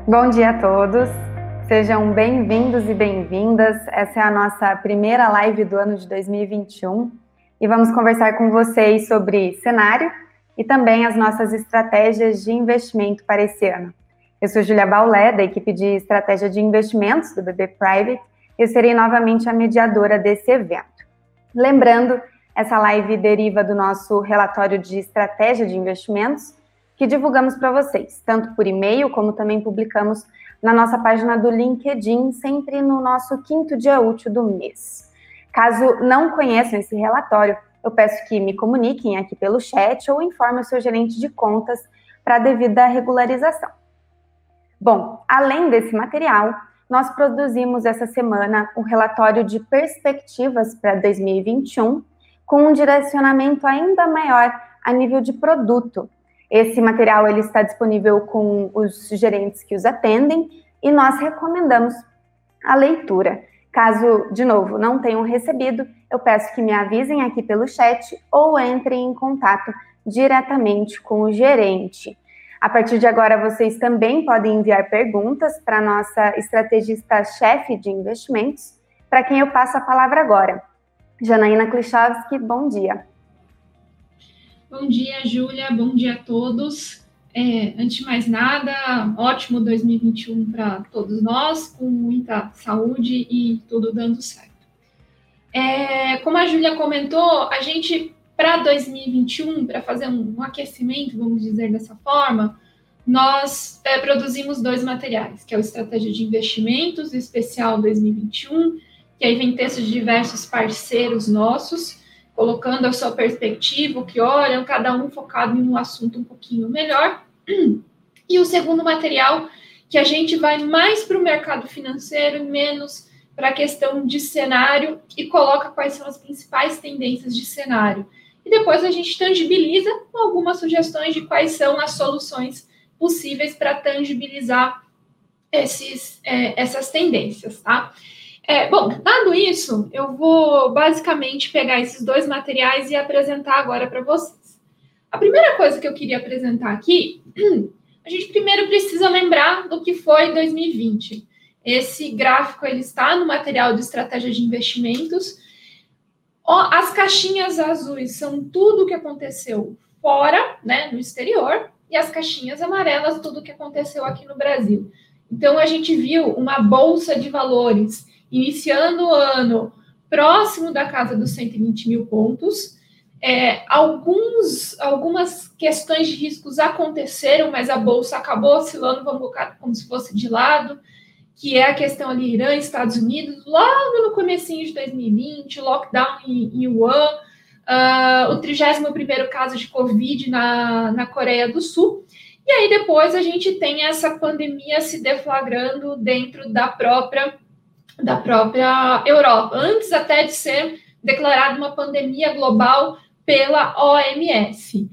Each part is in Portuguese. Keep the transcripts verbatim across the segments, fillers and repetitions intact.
Bom dia a todos, sejam bem-vindos e bem-vindas. Essa é a nossa primeira live do ano de dois mil e vinte e um e vamos conversar com vocês sobre cenário e também as nossas estratégias de investimento para esse ano. Eu sou Júlia Baulé, da equipe de estratégia de investimentos do B B Private, e eu serei novamente a mediadora desse evento. Lembrando, essa live deriva do nosso relatório de estratégia de investimentos, que divulgamos para vocês, tanto por e-mail, como também publicamos na nossa página do LinkedIn, sempre no nosso quinto dia útil do mês. Caso não conheçam esse relatório, eu peço que me comuniquem aqui pelo chat ou informem o seu gerente de contas para a devida regularização. Bom, além desse material, nós produzimos essa semana um relatório de perspectivas para dois mil e vinte e um, com um direcionamento ainda maior a nível de produto. Esse material ele está disponível com os gerentes que os atendem e nós recomendamos a leitura. Caso, de novo, não tenham recebido, eu peço que me avisem aqui pelo chat ou entrem em contato diretamente com o gerente. A partir de agora, vocês também podem enviar perguntas para a nossa estrategista-chefe de investimentos, para quem eu passo a palavra agora. Janaína Klichowski, bom dia. Bom dia, Júlia, bom dia a todos. É, antes de mais nada, ótimo dois mil e vinte e um para todos nós, com muita saúde e tudo dando certo. É, como a Júlia comentou, a gente, para dois mil e vinte e um, para fazer um, um aquecimento, vamos dizer dessa forma, nós é, produzimos dois materiais, que é o Estratégia de Investimentos, Especial dois mil e vinte e um, que aí vem textos de diversos parceiros nossos, colocando a sua perspectiva, o que olham, cada um focado em um assunto um pouquinho melhor. E o segundo material, que a gente vai mais para o mercado financeiro e menos para a questão de cenário e coloca quais são as principais tendências de cenário. E depois a gente tangibiliza com algumas sugestões de quais são as soluções possíveis para tangibilizar esses, é, essas tendências, tá? É, bom, dado isso, eu vou basicamente pegar esses dois materiais e apresentar agora para vocês. A primeira coisa que eu queria apresentar aqui, a gente primeiro precisa lembrar do que foi dois mil e vinte. Esse gráfico ele está no material de estratégia de investimentos. As caixinhas azuis são tudo o que aconteceu fora, né, no exterior, e as caixinhas amarelas, tudo o que aconteceu aqui no Brasil. Então, a gente viu uma bolsa de valores iniciando o ano próximo da casa dos cento e vinte mil pontos. É, alguns, algumas questões de riscos aconteceram, mas a bolsa acabou oscilando, vamos colocar como se fosse de lado, que é a questão ali Irã, Estados Unidos, logo no comecinho de dois mil e vinte, lockdown em, em Wuhan, uh, o trigésimo primeiro caso de Covid na, na Coreia do Sul. E aí depois a gente tem essa pandemia se deflagrando dentro da própria da própria Europa, antes até de ser declarada uma pandemia global pela O M S.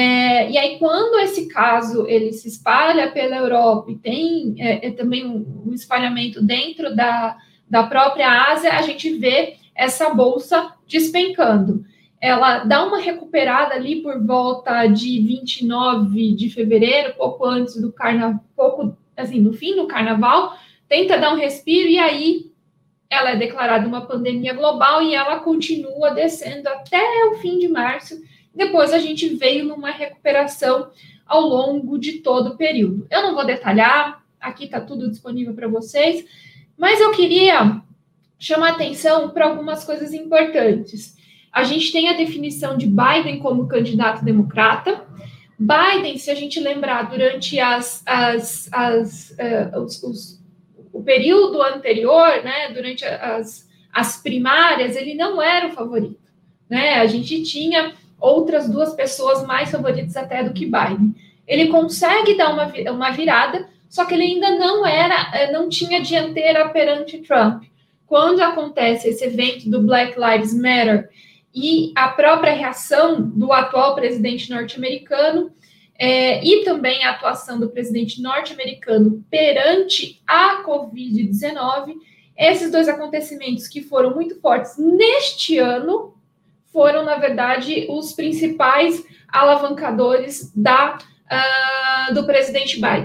É, e aí, quando esse caso ele se espalha pela Europa e tem é, é também um, um espalhamento dentro da, da própria Ásia, a gente vê essa bolsa despencando. Ela dá uma recuperada ali por volta de vinte e nove de fevereiro, pouco antes do carnaval, pouco assim, no fim do carnaval, tenta dar um respiro e aí ela é declarada uma pandemia global e ela continua descendo até o fim de março. Depois a gente veio numa recuperação ao longo de todo o período. Eu não vou detalhar, aqui está tudo disponível para vocês, mas eu queria chamar atenção para algumas coisas importantes. A gente tem a definição de Biden como candidato democrata. Biden, se a gente lembrar, durante as, as, as, uh, os, os o período anterior, né, durante as, as primárias, ele não era o favorito, né? A gente tinha outras duas pessoas mais favoritas até do que Biden. Ele consegue dar uma, uma virada, só que ele ainda não era, não tinha dianteira perante Trump. Quando acontece esse evento do Black Lives Matter e a própria reação do atual presidente norte-americano, É, e também a atuação do presidente norte-americano perante a covid dezenove, esses dois acontecimentos que foram muito fortes neste ano foram, na verdade, os principais alavancadores da, uh, do presidente Biden.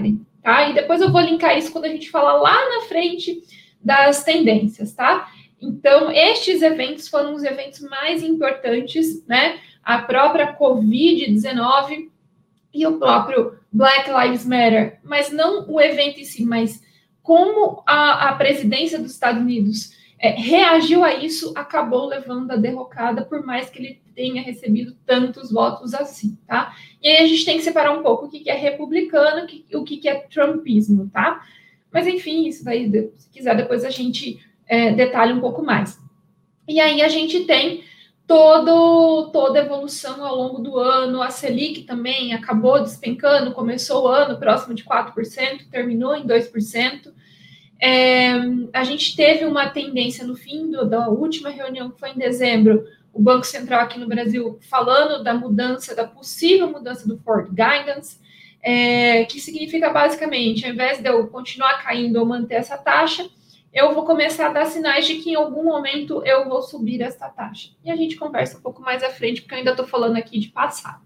tá? E depois eu vou linkar isso quando a gente falar lá na frente das tendências, tá? Então, estes eventos foram os eventos mais importantes, né? A própria covid dezenove e o próprio Black Lives Matter, mas não o evento em si, mas como a, a presidência dos Estados Unidos é, reagiu a isso, acabou levando a derrocada, por mais que ele tenha recebido tantos votos assim, tá? E aí a gente tem que separar um pouco o que, que é republicano e o que, que é trumpismo, tá? Mas, enfim, isso daí, se quiser, depois a gente é, detalha um pouco mais. E aí a gente tem todo, toda a evolução ao longo do ano, a Selic também acabou despencando, começou o ano próximo de quatro por cento, terminou em dois por cento. É, a gente teve uma tendência no fim do, da última reunião, que foi em dezembro, o Banco Central aqui no Brasil falando da mudança, da possível mudança do Forward Guidance, é, que significa basicamente, ao invés de eu continuar caindo ou manter essa taxa, eu vou começar a dar sinais de que em algum momento eu vou subir essa taxa. E a gente conversa um pouco mais à frente, porque eu ainda estou falando aqui de passado.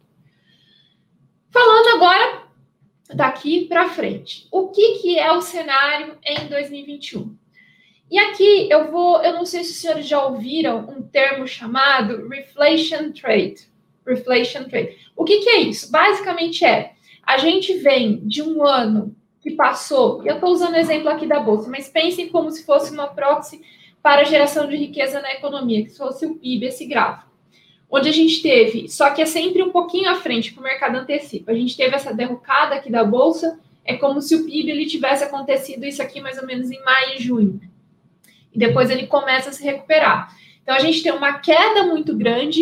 Falando agora daqui para frente. O que, que é o cenário em dois mil e vinte e um? E aqui eu vou, eu não sei se os senhores já ouviram um termo chamado Reflation Trade. Reflation Trade. O que, que é isso? Basicamente é, a gente vem de um ano que passou, eu estou usando o exemplo aqui da Bolsa, mas pensem como se fosse uma proxy para a geração de riqueza na economia, que fosse o P I B, esse gráfico. Onde a gente teve, só que é sempre um pouquinho à frente, que o mercado antecipa. A gente teve essa derrocada aqui da Bolsa, é como se o P I B ele tivesse acontecido isso aqui mais ou menos em maio e junho. E depois ele começa a se recuperar. Então, a gente tem uma queda muito grande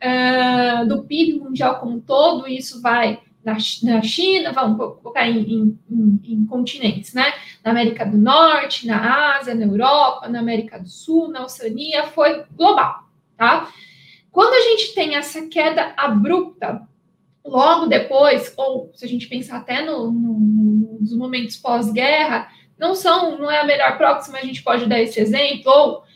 uh, do P I B mundial como um todo, e isso vai na, na China, vamos colocar em, em, em, em continentes, né? Na América do Norte, na Ásia, na Europa, na América do Sul, na Oceania, foi global, tá? Quando a gente tem essa queda abrupta, logo depois, ou se a gente pensar até no, no, nos momentos pós-guerra, não são, não é a melhor próxima, a gente pode dar esse exemplo, ou uh,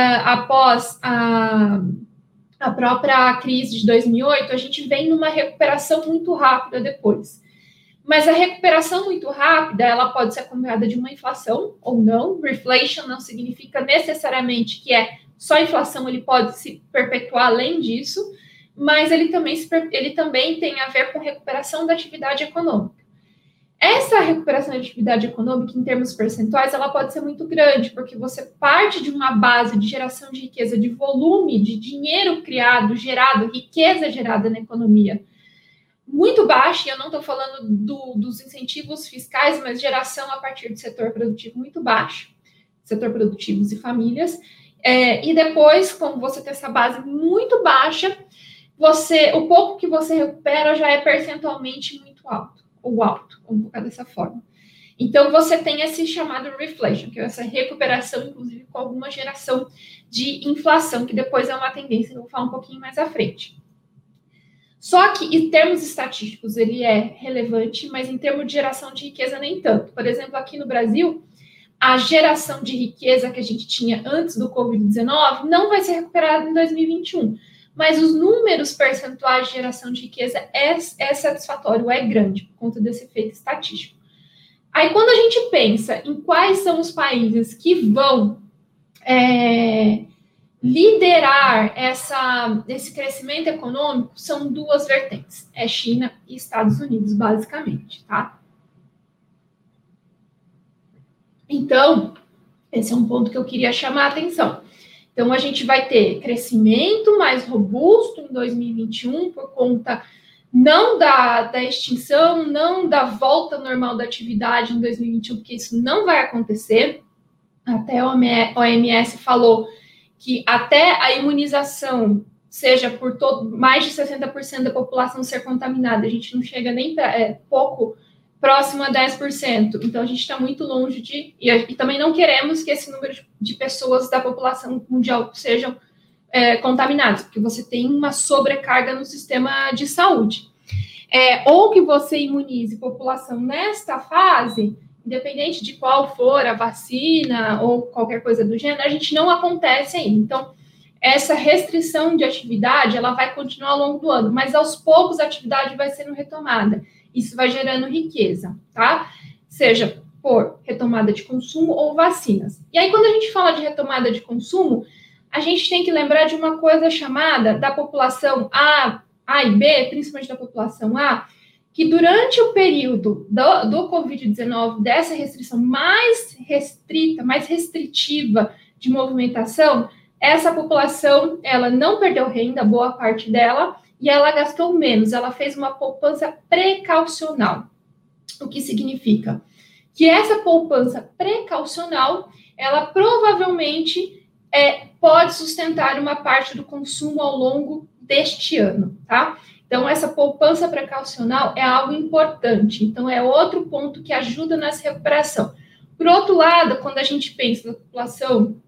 após a, a própria crise de dois mil e oito, a gente vem numa recuperação muito rápida depois. Mas a recuperação muito rápida, ela pode ser acompanhada de uma inflação ou não. Reflation não significa necessariamente que é só inflação, ele pode se perpetuar além disso, mas ele também, se, ele também tem a ver com recuperação da atividade econômica. Essa recuperação da atividade econômica, em termos percentuais, ela pode ser muito grande, porque você parte de uma base de geração de riqueza, de volume de dinheiro criado, gerado, riqueza gerada na economia, muito baixa, e eu não estou falando do, dos incentivos fiscais, mas geração a partir do setor produtivo muito baixo, setor produtivos e famílias. É, e depois, como você tem essa base muito baixa, você, o pouco que você recupera já é percentualmente muito alto, ou alto, vamos colocar dessa forma. Então, você tem esse chamado reflation, que é essa recuperação, inclusive, com alguma geração de inflação, que depois é uma tendência, eu vou falar um pouquinho mais à frente. Só que, em termos estatísticos, ele é relevante, mas em termos de geração de riqueza, nem tanto. Por exemplo, aqui no Brasil, a geração de riqueza que a gente tinha antes do covid dezenove não vai ser recuperada em dois mil e vinte e um, mas os números percentuais de geração de riqueza é, é satisfatório, é grande, por conta desse efeito estatístico. Aí, quando a gente pensa em quais são os países que vão é, liderar essa, esse crescimento econômico, são duas vertentes, é China e Estados Unidos, basicamente, tá? Então, esse é um ponto que eu queria chamar a atenção. Então, a gente vai ter crescimento mais robusto em dois mil e vinte e um, por conta não da, da extinção, não da volta normal da atividade em dois mil e vinte e um, porque isso não vai acontecer. Até a O M S falou que até a imunização, seja por todo, mais de sessenta por cento da população ser contaminada, a gente não chega nem para é, pouco próximo a dez por cento. Então, a gente está muito longe de... E, e também não queremos que esse número de, de pessoas da população mundial sejam é, contaminadas, porque você tem uma sobrecarga no sistema de saúde. É, ou que você imunize a população nesta fase, independente de qual for a vacina ou qualquer coisa do gênero, a gente não acontece ainda. Então, essa restrição de atividade, ela vai continuar ao longo do ano, mas aos poucos a atividade vai sendo retomada. Isso vai gerando riqueza, tá? seja por retomada de consumo ou vacinas. E aí, quando a gente fala de retomada de consumo, a gente tem que lembrar de uma coisa chamada da população A, A e B, principalmente da população A, que durante o período do, do covid dezenove, dessa restrição mais restrita, mais restritiva de movimentação, essa população, ela não perdeu renda, boa parte dela, e ela gastou menos, ela fez uma poupança precaucional. O que significa? Que essa poupança precaucional, ela provavelmente é, pode sustentar uma parte do consumo ao longo deste ano, tá? Então, essa poupança precaucional é algo importante. Então, é outro ponto que ajuda nessa recuperação. Por outro lado, quando a gente pensa na população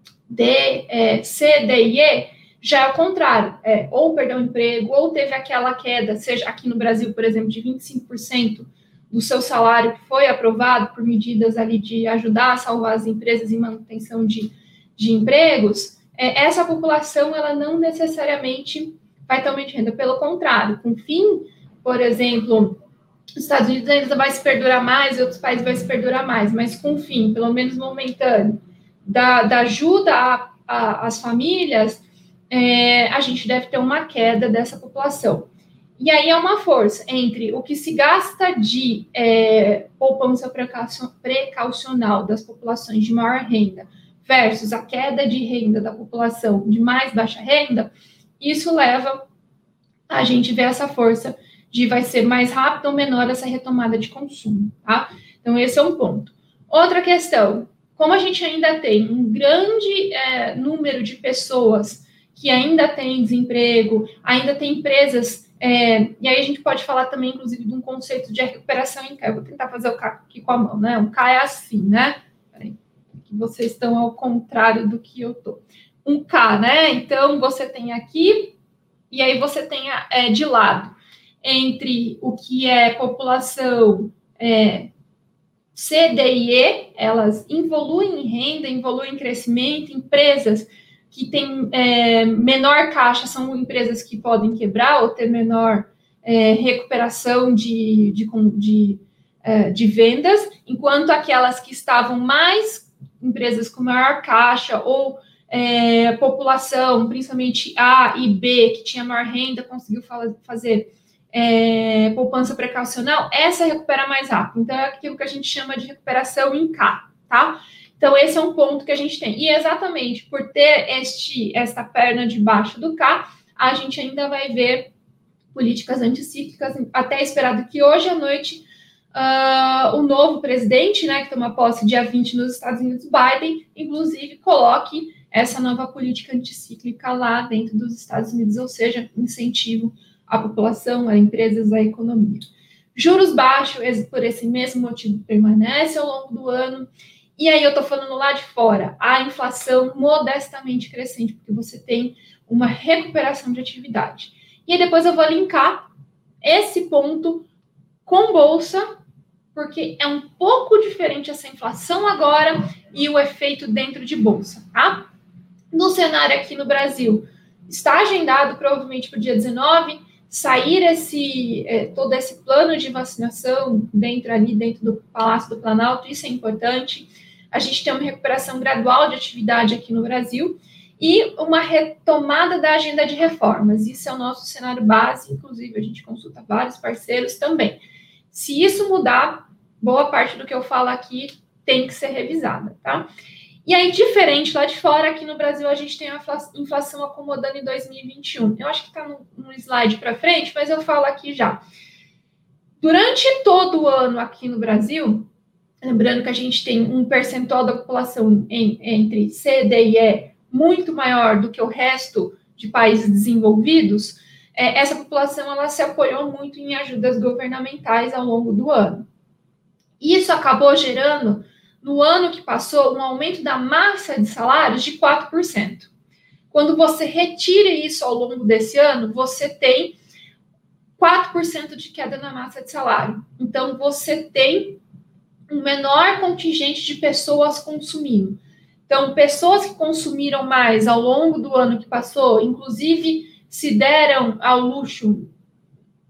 D, é, C, D e E, já é o contrário. É, ou perdeu o emprego, ou teve aquela queda, seja aqui no Brasil, por exemplo, de vinte e cinco por cento do seu salário, que foi aprovado por medidas ali de ajudar a salvar as empresas em manutenção de, de empregos, é, essa população, ela não necessariamente vai ter aumento de renda. Pelo contrário, com o fim, por exemplo, os Estados Unidos ainda vai se perdurar mais, e outros países vai se perdurar mais, mas com o fim, pelo menos momentâneo, da, da ajuda às famílias, é, a gente deve ter uma queda dessa população. E aí é uma força entre o que se gasta de é, poupança precaucional das populações de maior renda versus a queda de renda da população de mais baixa renda. Isso leva a gente ver essa força de vai ser mais rápido ou menor essa retomada de consumo, tá? Então, esse é um ponto. Outra questão, como a gente ainda tem um grande é, número de pessoas que ainda têm desemprego, ainda tem empresas, é, e aí a gente pode falar também, inclusive, de um conceito de recuperação em K. Eu vou tentar fazer o K aqui com a mão, né? Um K é assim, né? Peraí, que vocês estão ao contrário do que eu tô. Um K, né? Então, você tem aqui, e aí você tem é, de lado, entre o que é população é, C, D e E, elas evoluem em renda, evoluem em crescimento, empresas que têm é, menor caixa são empresas que podem quebrar ou ter menor é, recuperação de, de, de, é, de vendas, enquanto aquelas que estavam mais, empresas com maior caixa ou É, população, principalmente A e B, que tinha maior renda, conseguiu fazer é, poupança precaucional, essa recupera mais rápido. Então, é aquilo que a gente chama de recuperação em K, tá? Então, esse é um ponto que a gente tem. E exatamente por ter este, esta perna de baixo do K, a gente ainda vai ver políticas anticíclicas, até esperado que hoje à noite uh, o novo presidente, né, que toma posse dia vinte nos Estados Unidos, Biden, inclusive, coloque essa nova política anticíclica lá dentro dos Estados Unidos, ou seja, incentivo à população, a empresas, à economia. Juros baixos, por esse mesmo motivo, permanece ao longo do ano. E aí eu estou falando lá de fora, a inflação modestamente crescente, porque você tem uma recuperação de atividade. E aí depois eu vou linkar esse ponto com bolsa, porque é um pouco diferente essa inflação agora e o efeito dentro de bolsa, tá? No cenário aqui no Brasil, está agendado provavelmente para o dia dezenove, sair esse, é, todo esse plano de vacinação dentro ali, dentro do Palácio do Planalto, isso é importante. A gente tem uma recuperação gradual de atividade aqui no Brasil e uma retomada da agenda de reformas. Isso é o nosso cenário base, inclusive a gente consulta vários parceiros também. Se isso mudar, boa parte do que eu falo aqui tem que ser revisada, tá? E aí, diferente lá de fora, aqui no Brasil, a gente tem a inflação acomodando em dois mil e vinte e um. Eu acho que está no, no slide para frente, mas eu falo aqui já. Durante todo o ano aqui no Brasil, lembrando que a gente tem um percentual da população em, entre C, D e E muito maior do que o resto de países desenvolvidos, é, essa população ela se apoiou muito em ajudas governamentais ao longo do ano. Isso acabou gerando, no ano que passou, um aumento da massa de salários de quatro por cento. Quando você retira isso ao longo desse ano, você tem quatro por cento de queda na massa de salário. Então, você tem um menor contingente de pessoas consumindo. Então, pessoas que consumiram mais ao longo do ano que passou, inclusive se deram ao luxo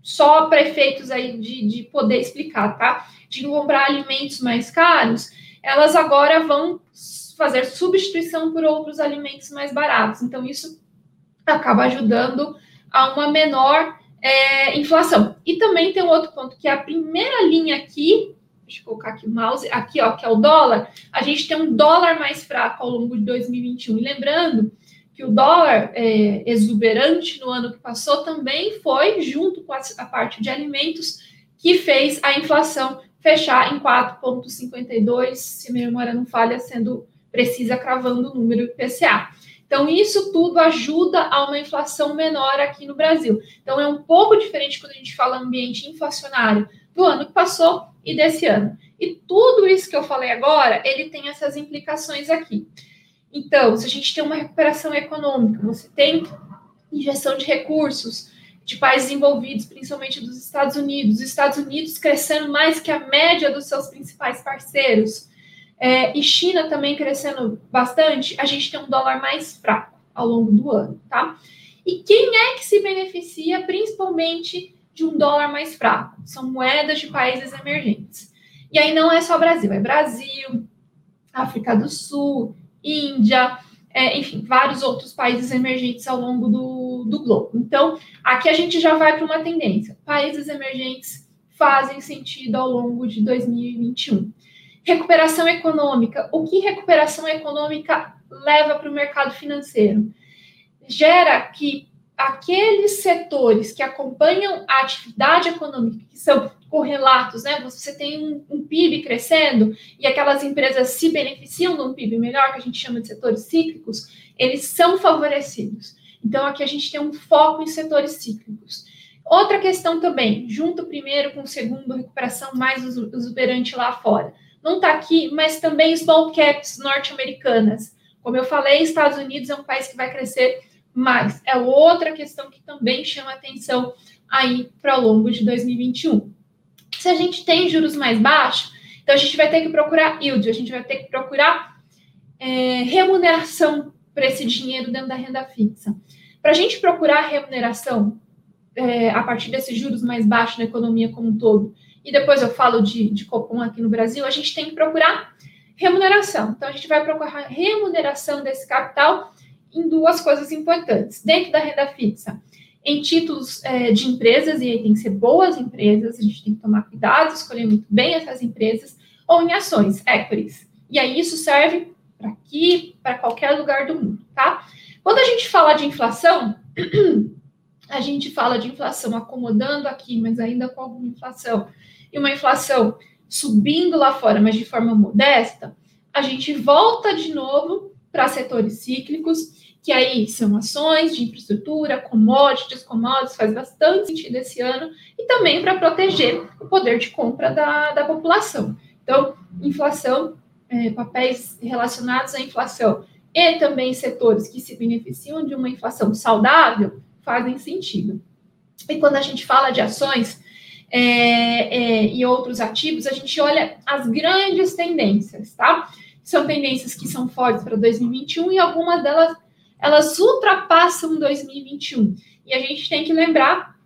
só para efeitos aí de, de poder explicar, tá? De comprar alimentos mais caros, elas agora vão fazer substituição por outros alimentos mais baratos. Então, isso acaba ajudando a uma menor é, inflação. E também tem um outro ponto, que é a primeira linha aqui, deixa eu colocar aqui o mouse, aqui, ó, que é o dólar. A gente tem um dólar mais fraco ao longo de dois mil e vinte e um. E lembrando que o dólar é, exuberante no ano que passou também foi, junto com a, a parte de alimentos, que fez a inflação fechar em quatro vírgula cinquenta e dois, se minha memória não falha, sendo precisa, cravando o número I P C A. Então, isso tudo ajuda a uma inflação menor aqui no Brasil. Então, é um pouco diferente quando a gente fala ambiente inflacionário do ano que passou e desse ano. E tudo isso que eu falei agora, ele tem essas implicações aqui. Então, se a gente tem uma recuperação econômica, você tem injeção de recursos de países envolvidos, principalmente dos Estados Unidos, os Estados Unidos crescendo mais que a média dos seus principais parceiros, é, e China também crescendo bastante, a gente tem um dólar mais fraco ao longo do ano, tá? E quem é que se beneficia principalmente de um dólar mais fraco? São moedas de países emergentes. E aí não é só Brasil, é Brasil, África do Sul, Índia, é, enfim, vários outros países emergentes ao longo do, do globo. Então, aqui a gente já vai para uma tendência. Países emergentes fazem sentido ao longo de dois mil e vinte e um. Recuperação econômica. O que recuperação econômica leva para o mercado financeiro? Gera que aqueles setores que acompanham a atividade econômica, que são correlatos, né? Você tem um, um P I B crescendo e aquelas empresas se beneficiam de um P I B melhor, que a gente chama de setores cíclicos, eles são favorecidos. Então, aqui a gente tem um foco em setores cíclicos. Outra questão também, junto primeiro com o segundo, recuperação mais exuberante lá fora. Não está aqui, mas também small caps norte-americanas. Como eu falei, Estados Unidos é um país que vai crescer mais. É outra questão que também chama atenção aí para o longo de dois mil e vinte e um. Se a gente tem juros mais baixos, então a gente vai ter que procurar yield, a gente vai ter que procurar é, remuneração para esse dinheiro dentro da renda fixa. Para a gente procurar remuneração é, a partir desses juros mais baixos na economia como um todo, e depois eu falo de, de Copom aqui no Brasil, a gente tem que procurar remuneração. Então, a gente vai procurar remuneração desse capital em duas coisas importantes. Dentro da renda fixa, em títulos é, de empresas, e aí tem que ser boas empresas, a gente tem que tomar cuidado, escolher muito bem essas empresas, ou em ações, equities. E aí isso serve para aqui, para qualquer lugar do mundo, tá? Quando a gente fala de inflação, a gente fala de inflação acomodando aqui, mas ainda com alguma inflação, e uma inflação subindo lá fora, mas de forma modesta, a gente volta de novo para setores cíclicos, que aí são ações de infraestrutura, commodities, commodities, faz bastante sentido esse ano, e também para proteger o poder de compra da, da população. Então, inflação, é, papéis relacionados à inflação, e também setores que se beneficiam de uma inflação saudável, fazem sentido. E quando a gente fala de ações é, é, e outros ativos, a gente olha as grandes tendências, tá? São tendências que são fortes para dois mil e vinte e um e algumas delas elas ultrapassam dois mil e vinte e um. E a gente tem que lembrar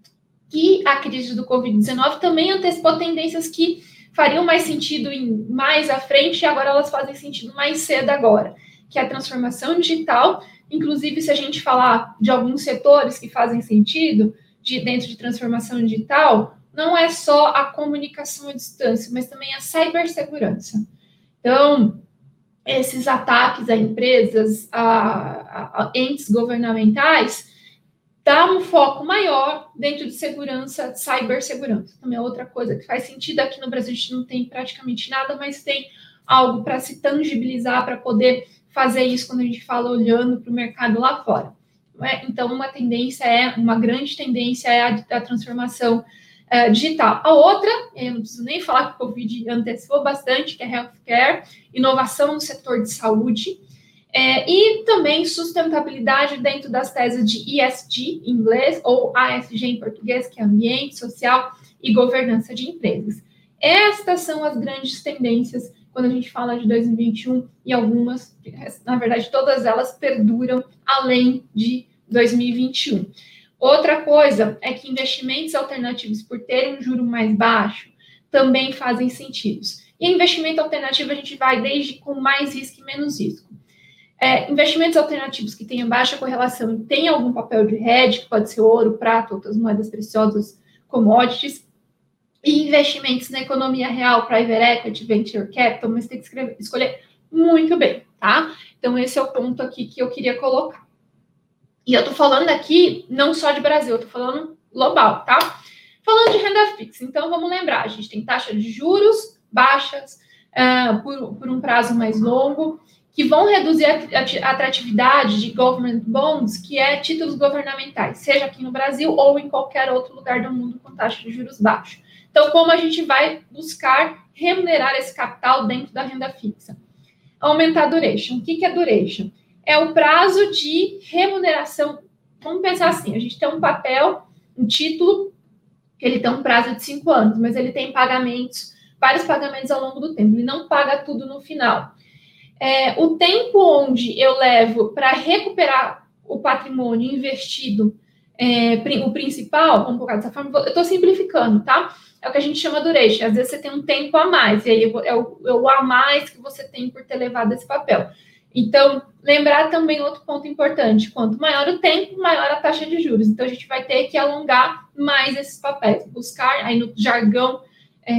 que a crise do covid dezenove também antecipou tendências que fariam mais sentido em, mais à frente e agora elas fazem sentido mais cedo agora, que é a transformação digital. Inclusive, se a gente falar de alguns setores que fazem sentido de, dentro de transformação digital, não é só a comunicação à distância, mas também a cibersegurança. Então, esses ataques a empresas, a, a, a entes governamentais, dá um foco maior dentro de segurança, cibersegurança. Também é outra coisa que faz sentido. Aqui no Brasil a gente não tem praticamente nada, mas tem algo para se tangibilizar, para poder fazer isso quando a gente fala olhando para o mercado lá fora. Então, uma tendência é, uma grande tendência é a, a transformação é, digital. A outra, eu não preciso nem falar que o Covid antecipou bastante, que é healthcare, inovação no setor de saúde, é, e também sustentabilidade dentro das teses de E S G em inglês, ou A S G em português, que é ambiente, social e governança de empresas. Estas são as grandes tendências quando a gente fala de dois mil e vinte e um, e algumas, na verdade, todas elas perduram além de dois mil e vinte e um. Outra coisa é que investimentos alternativos, por terem um juro mais baixo, também fazem sentido. E investimento alternativo a gente vai desde com mais risco e menos risco. É, investimentos alternativos que tenham baixa correlação e tenham algum papel de hedge, que pode ser ouro, prata, outras moedas preciosas, commodities, e investimentos na economia real, private equity, venture capital, mas tem que escrever, escolher muito bem, tá? Então, esse é o ponto aqui que eu queria colocar. E eu tô falando aqui não só de Brasil, eu tô falando global, tá? Falando de renda fixa, então vamos lembrar, a gente tem taxa de juros baixas uh, por, por um prazo mais longo, que vão reduzir a atratividade de government bonds, que é títulos governamentais, seja aqui no Brasil ou em qualquer outro lugar do mundo com taxa de juros baixa. Então, como a gente vai buscar remunerar esse capital dentro da renda fixa? Aumentar a duration. O que é duration? É o prazo de remuneração. Vamos pensar assim, a gente tem um papel, um título, que ele tem um prazo de cinco anos, mas ele tem pagamentos, vários pagamentos ao longo do tempo. Ele não paga tudo no final. É, o tempo onde eu levo para recuperar o patrimônio investido, é, o principal, vamos colocar dessa forma, eu estou simplificando, tá? É o que a gente chama duration. Às vezes você tem um tempo a mais, e aí é o, é o a mais que você tem por ter levado esse papel. Então, lembrar também outro ponto importante, quanto maior o tempo, maior a taxa de juros. Então, a gente vai ter que alongar mais esses papéis, buscar, aí no jargão é,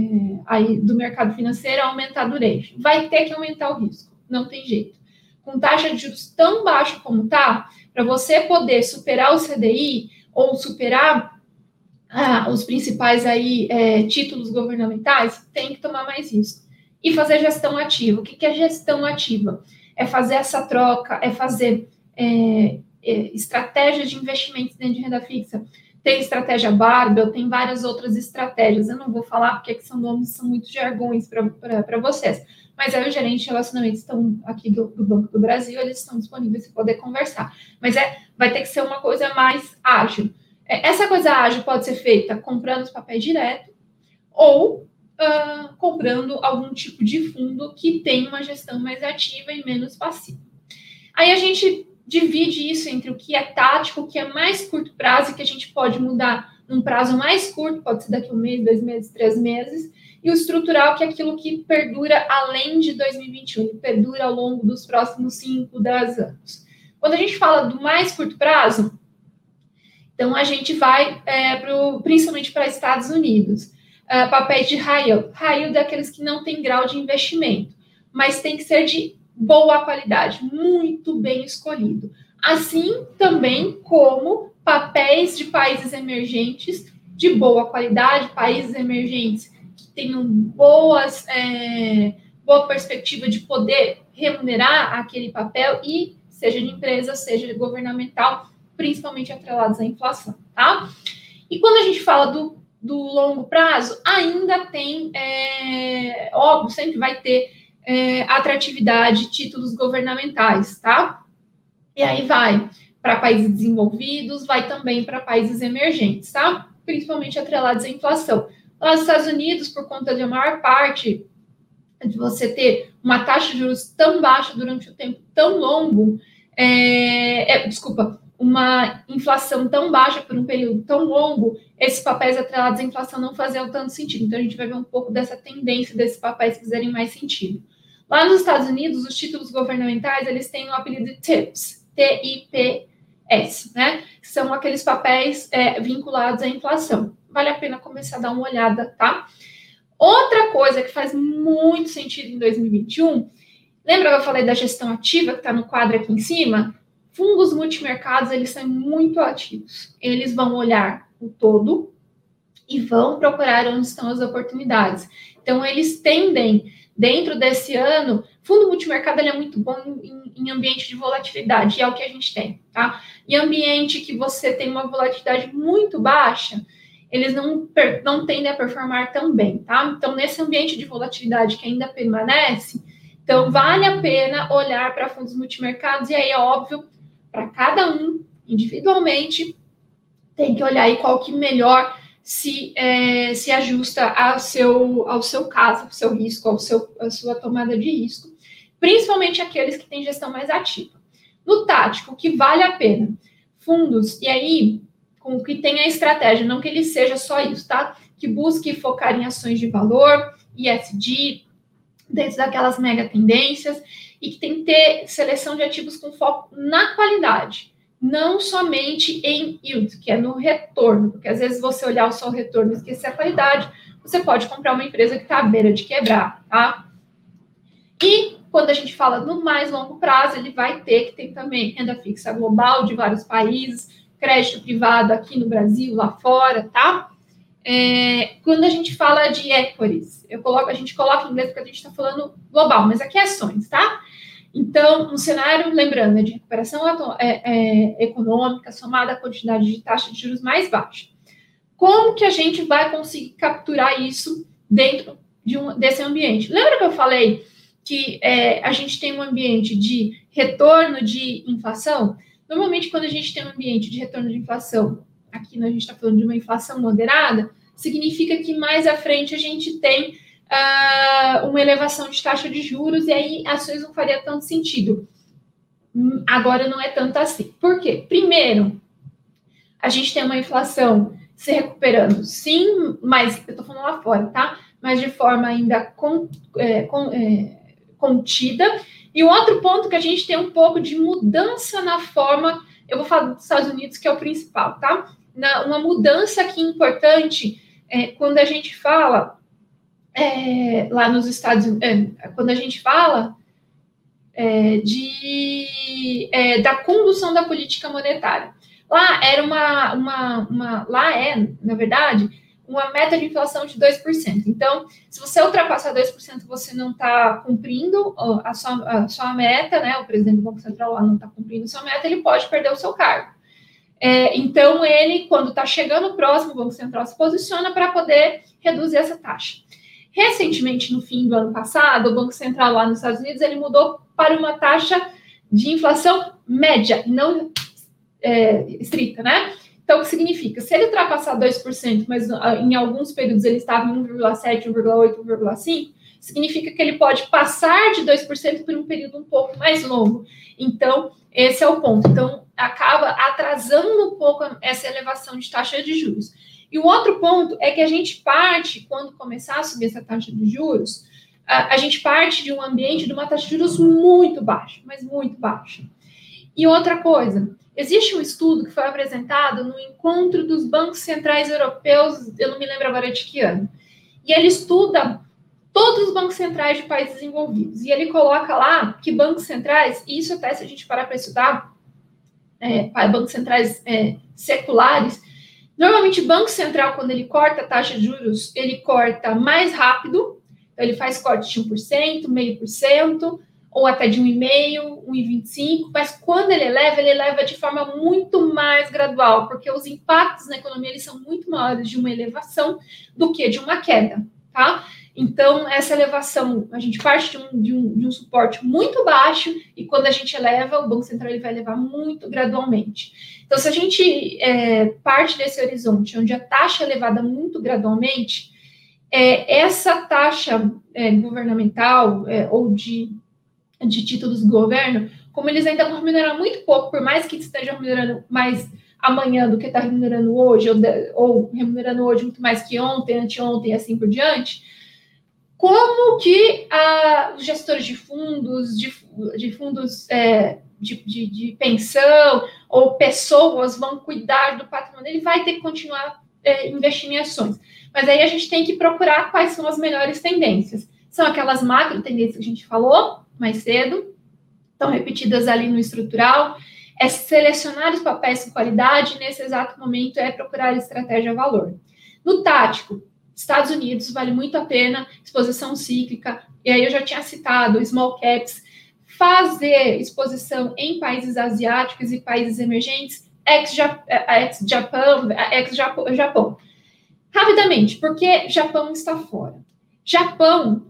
aí do mercado financeiro, aumentar a duration. Vai ter que aumentar o risco, não tem jeito. Com taxa de juros tão baixa como está, para você poder superar o C D I ou superar ah, os principais aí, é, títulos governamentais, tem que tomar mais risco. E fazer gestão ativa. O que é gestão ativa? É fazer essa troca, é fazer é, é, estratégias de investimentos dentro de renda fixa. Tem estratégia barbell, tem várias outras estratégias. Eu não vou falar porque que são nomes, são muitos jargões para vocês. Mas aí os gerentes de relacionamentos estão aqui do, do Banco do Brasil, eles estão disponíveis para poder conversar. Mas é, vai ter que ser uma coisa mais ágil. É, essa coisa ágil pode ser feita comprando os papéis direto ou Uh, comprando algum tipo de fundo que tem uma gestão mais ativa e menos passiva. Aí a gente divide isso entre o que é tático, o que é mais curto prazo, que a gente pode mudar num prazo mais curto, pode ser daqui a um mês, dois meses, três meses, e o estrutural, que é aquilo que perdura além de dois mil e vinte e um, ele perdura ao longo dos próximos cinco, dez anos. Quando a gente fala do mais curto prazo, então a gente vai é, pro, principalmente para Estados Unidos. Uh, papéis de high yield. High yield é aqueles que não têm grau de investimento, mas tem que ser de boa qualidade, muito bem escolhido. Assim também como papéis de países emergentes de boa qualidade, países emergentes que tenham boas, é, boa perspectiva de poder remunerar aquele papel e seja de empresa, seja governamental, principalmente atrelados à inflação, tá? E quando a gente fala do do longo prazo, ainda tem, é, óbvio, sempre vai ter é, atratividade, títulos governamentais, tá? E aí vai para países desenvolvidos, vai também para países emergentes, tá? Principalmente atrelados à inflação. Lá nos Estados Unidos, por conta de a maior parte de você ter uma taxa de juros tão baixa durante um tempo tão longo, é, é, desculpa, uma inflação tão baixa por um período tão longo, esses papéis atrelados à inflação não faziam tanto sentido. Então, a gente vai ver um pouco dessa tendência desses papéis fazerem mais sentido. Lá nos Estados Unidos, os títulos governamentais, eles têm o apelido de T I P S, T I P S, né? Que são aqueles papéis é, vinculados à inflação. Vale a pena começar a dar uma olhada, tá? Outra coisa que faz muito sentido em dois mil e vinte e um, lembra que eu falei da gestão ativa, que está no quadro aqui em cima? Fundos multimercados, eles são muito ativos. Eles vão olhar o todo e vão procurar onde estão as oportunidades. Então, eles tendem, dentro desse ano, fundo multimercado ele é muito bom em, em ambiente de volatilidade, e é o que a gente tem, tá? Em ambiente que você tem uma volatilidade muito baixa, eles não, não tendem a performar tão bem, tá? Então, nesse ambiente de volatilidade que ainda permanece, então, vale a pena olhar para fundos multimercados, e aí é óbvio, para cada um, individualmente, tem que olhar aí qual que melhor se, é, se ajusta ao seu, ao seu caso, ao seu risco, ao seu, à sua tomada de risco, principalmente aqueles que têm gestão mais ativa. No tático, que vale a pena, fundos, e aí com que tenha estratégia, não que ele seja só isso, tá? Que busque focar em ações de valor, E S G, dentro daquelas mega tendências, e que tem que ter seleção de ativos com foco na qualidade, não somente em yield, que é no retorno, porque às vezes você olhar só o retorno e esquecer a qualidade, você pode comprar uma empresa que está à beira de quebrar, tá? E quando a gente fala no mais longo prazo, ele vai ter que ter também renda fixa global de vários países, crédito privado aqui no Brasil, lá fora, tá? É, quando a gente fala de equities, eu coloco, a gente coloca em inglês porque a gente está falando global, mas aqui é ações, tá? Então, um cenário, lembrando, é de recuperação é, é, econômica somada à quantidade de taxa de juros mais baixa. Como que a gente vai conseguir capturar isso dentro de um, desse ambiente? Lembra que eu falei que é, a gente tem um ambiente de retorno de inflação? Normalmente, quando a gente tem um ambiente de retorno de inflação, aqui a gente está falando de uma inflação moderada, significa que mais à frente a gente tem uh, uma elevação de taxa de juros e aí ações não faria tanto sentido. Agora não é tanto assim. Por quê? Primeiro, a gente tem uma inflação se recuperando, sim, mas eu estou falando lá fora, tá? Mas de forma ainda con, é, con, é, contida. E o outro ponto que a gente tem um pouco de mudança na forma, eu vou falar dos Estados Unidos, que é o principal, tá? Na, uma mudança aqui importante, é, quando a gente fala é, lá nos Estados Unidos, é, quando a gente fala é, de, é, da condução da política monetária. Lá era uma, uma, uma, lá é, na verdade, uma meta de inflação de dois por cento. Então, se você ultrapassar dois por cento, você não está cumprindo a sua, a sua meta, né? O presidente do Banco Central lá não está cumprindo a sua meta, ele pode perder o seu cargo. É, então, ele, quando está chegando próximo, o Banco Central se posiciona para poder reduzir essa taxa. Recentemente, no fim do ano passado, o Banco Central lá nos Estados Unidos, ele mudou para uma taxa de inflação média, não é, estrita, né? Então, o que significa? Se ele ultrapassar dois por cento, mas em alguns períodos ele estava em um vírgula sete, um vírgula oito, um vírgula cinco, significa que ele pode passar de dois por cento por um período um pouco mais longo. Então, esse é o ponto. Então, acaba atrasando um pouco essa elevação de taxa de juros. E o outro ponto é que a gente parte, quando começar a subir essa taxa de juros, a, a gente parte de um ambiente de uma taxa de juros muito baixa, mas muito baixa. E outra coisa, existe um estudo que foi apresentado no encontro dos bancos centrais europeus, eu não me lembro agora de que ano, e ele estuda todos os bancos centrais de países desenvolvidos, e ele coloca lá que bancos centrais, e isso até se a gente parar para estudar, é, bancos centrais é, seculares, normalmente o Banco Central, quando ele corta a taxa de juros, ele corta mais rápido, então ele faz corte de um por cento, meio por cento, ou até de um vírgula cinco, um vírgula vinte e cinco, mas quando ele eleva, ele eleva de forma muito mais gradual, porque os impactos na economia eles são muito maiores de uma elevação do que de uma queda, tá? Então, essa elevação, a gente parte de um, de um, de um suporte muito baixo, e quando a gente eleva, o Banco Central ele vai elevar muito gradualmente. Então, se a gente é, parte desse horizonte, onde a taxa é elevada muito gradualmente, é, essa taxa é, governamental é, ou de de títulos do governo, como eles ainda vão remunerar muito pouco, por mais que esteja remunerando mais amanhã do que está remunerando hoje, ou, de, ou remunerando hoje muito mais que ontem, anteontem e assim por diante, como que ah, os gestores de fundos, de, de fundos é, de, de, de pensão, ou pessoas vão cuidar do patrimônio, ele vai ter que continuar é, investindo em ações. Mas aí a gente tem que procurar quais são as melhores tendências. São aquelas macro tendências que a gente falou mais cedo, estão repetidas ali no estrutural, é selecionar os papéis com qualidade, nesse exato momento é procurar estratégia valor. No tático, Estados Unidos vale muito a pena, exposição cíclica, e aí eu já tinha citado small caps, fazer exposição em países asiáticos e países emergentes, ex-Japão, ex-Japão. Rapidamente, porque Japão está fora. Japão,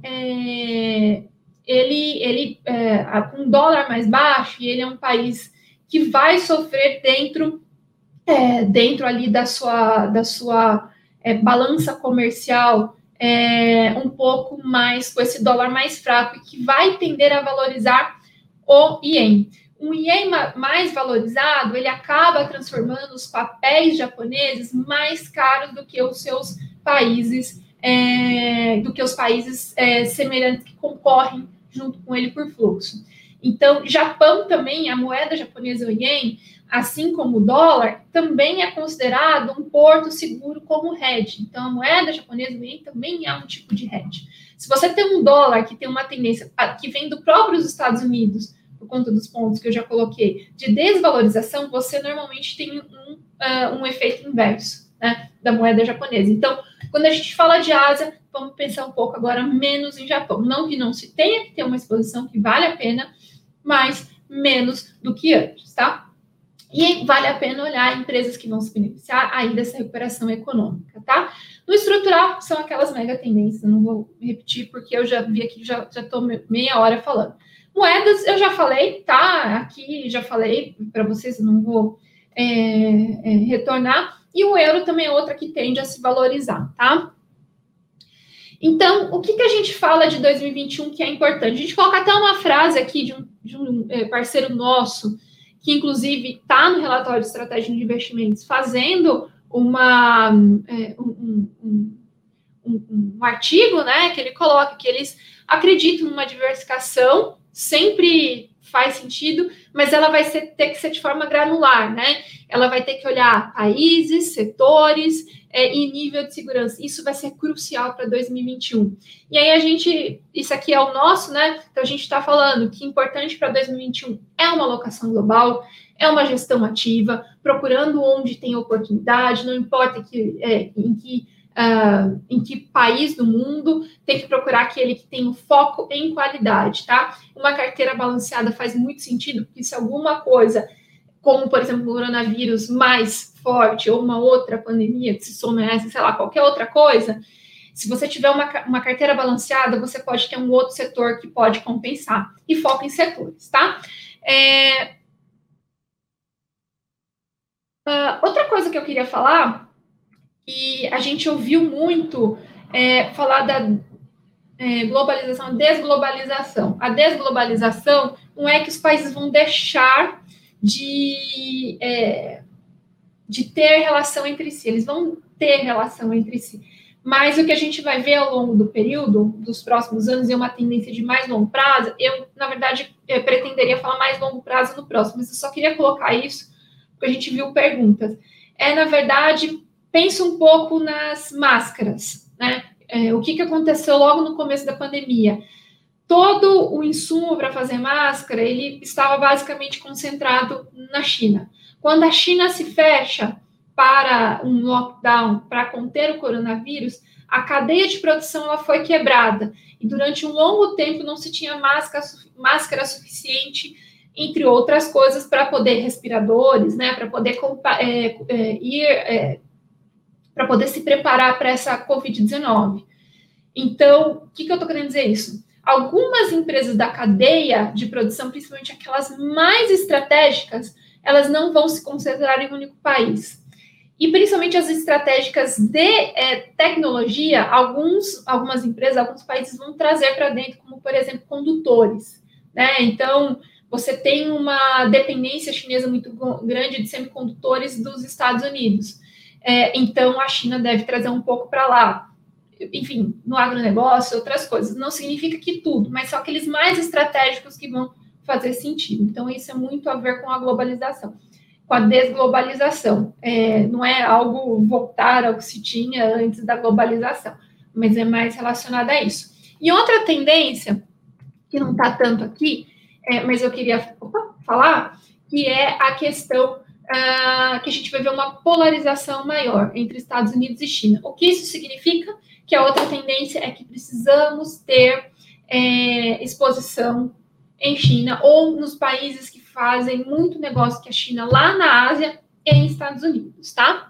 é, ele, ele é, com um dólar mais baixo, e ele é um país que vai sofrer dentro, é, dentro ali da sua, da sua é, balança comercial é, um pouco mais, com esse dólar mais fraco, e que vai tender a valorizar o iene. um ien mais valorizado, ele acaba transformando os papéis japoneses mais caros do que os seus países, é, do que os países é, semelhantes que concorrem junto com ele por fluxo. Então, Japão também, a moeda japonesa, o ien, assim como o dólar, também é considerado um porto seguro como hedge. Então, a moeda japonesa, o ien, também é um tipo de hedge. Se você tem um dólar que tem uma tendência, que vem do próprio Estados Unidos, por conta dos pontos que eu já coloquei, de desvalorização, você normalmente tem um, uh, um efeito inverso, né, da moeda japonesa. Então, quando a gente fala de Ásia, vamos pensar um pouco agora menos em Japão. Não que não se tenha que ter uma exposição que vale a pena, mas menos do que antes, tá? E vale a pena olhar empresas que vão se beneficiar aí dessa recuperação econômica, tá? No estrutural, são aquelas mega tendências, não vou repetir, porque eu já vi aqui, já estou meia hora falando. Moedas, eu já falei, tá? Aqui já falei para vocês, não vou é, é, retornar. E o euro também é outra que tende a se valorizar, tá? Então, o que, que a gente fala de dois mil e vinte e um que é importante? A gente coloca até uma frase aqui de um, de um parceiro nosso, que inclusive está no relatório de estratégia de investimentos, fazendo uma, é, um, um, um, um artigo, né, que ele coloca que eles acreditam numa diversificação, sempre faz sentido, mas ela vai ser, ter que ser de forma granular, né? Ela vai ter que olhar países, setores é, e nível de segurança. Isso vai ser crucial para dois mil e vinte e um. E aí a gente, isso aqui é o nosso, né? Então a gente está falando que importante para dois mil e vinte e um é uma alocação global, é uma gestão ativa, procurando onde tem oportunidade, não importa que, é, em que Uh, em que país do mundo, tem que procurar aquele que tem o foco em qualidade, tá? Uma carteira balanceada faz muito sentido, porque se alguma coisa, como, por exemplo, o coronavírus mais forte, ou uma outra pandemia que se soma a essa, sei lá, qualquer outra coisa, se você tiver uma, uma carteira balanceada, você pode ter um outro setor que pode compensar, e foca em setores, tá? É... Uh, outra coisa que eu queria falar, e a gente ouviu muito é, falar da é, globalização, desglobalização. A desglobalização não é que os países vão deixar de, é, de ter relação entre si, eles vão ter relação entre si. Mas o que a gente vai ver ao longo do período, dos próximos anos, é uma tendência de mais longo prazo. Eu, na verdade, eu pretenderia falar mais longo prazo no próximo, mas eu só queria colocar isso, porque a gente viu perguntas. É, na verdade, pensa um pouco nas máscaras, né? É, o que, que aconteceu logo no começo da pandemia? Todo o insumo para fazer máscara, ele estava basicamente concentrado na China. Quando a China se fecha para um lockdown, para conter o coronavírus, a cadeia de produção ela foi quebrada. E durante um longo tempo não se tinha máscara, máscara suficiente, entre outras coisas, para poder respiradores, né? Para poder é, é, ir... É, para poder se preparar para essa covid dezenove. Então, o que, que eu estou querendo dizer isso? Algumas empresas da cadeia de produção, principalmente aquelas mais estratégicas, elas não vão se concentrar em um único país. E principalmente as estratégicas de é, tecnologia, alguns, algumas empresas, alguns países vão trazer para dentro, como, por exemplo, condutores, né? Então, você tem uma dependência chinesa muito grande de semicondutores dos Estados Unidos. É, então, a China deve trazer um pouco para lá. Enfim, no agronegócio, outras coisas. Não significa que tudo, mas são aqueles mais estratégicos que vão fazer sentido. Então, isso é muito a ver com a globalização, com a desglobalização. É, não é algo voltar ao que se tinha antes da globalização, mas é mais relacionado a isso. E outra tendência, que não está tanto aqui, é, mas eu queria opa, falar, que é a questão Uh, que a gente vai ver uma polarização maior entre Estados Unidos e China. O que isso significa? Que a outra tendência é que precisamos ter é, exposição em China ou nos países que fazem muito negócio com a China lá na Ásia e em Estados Unidos, tá?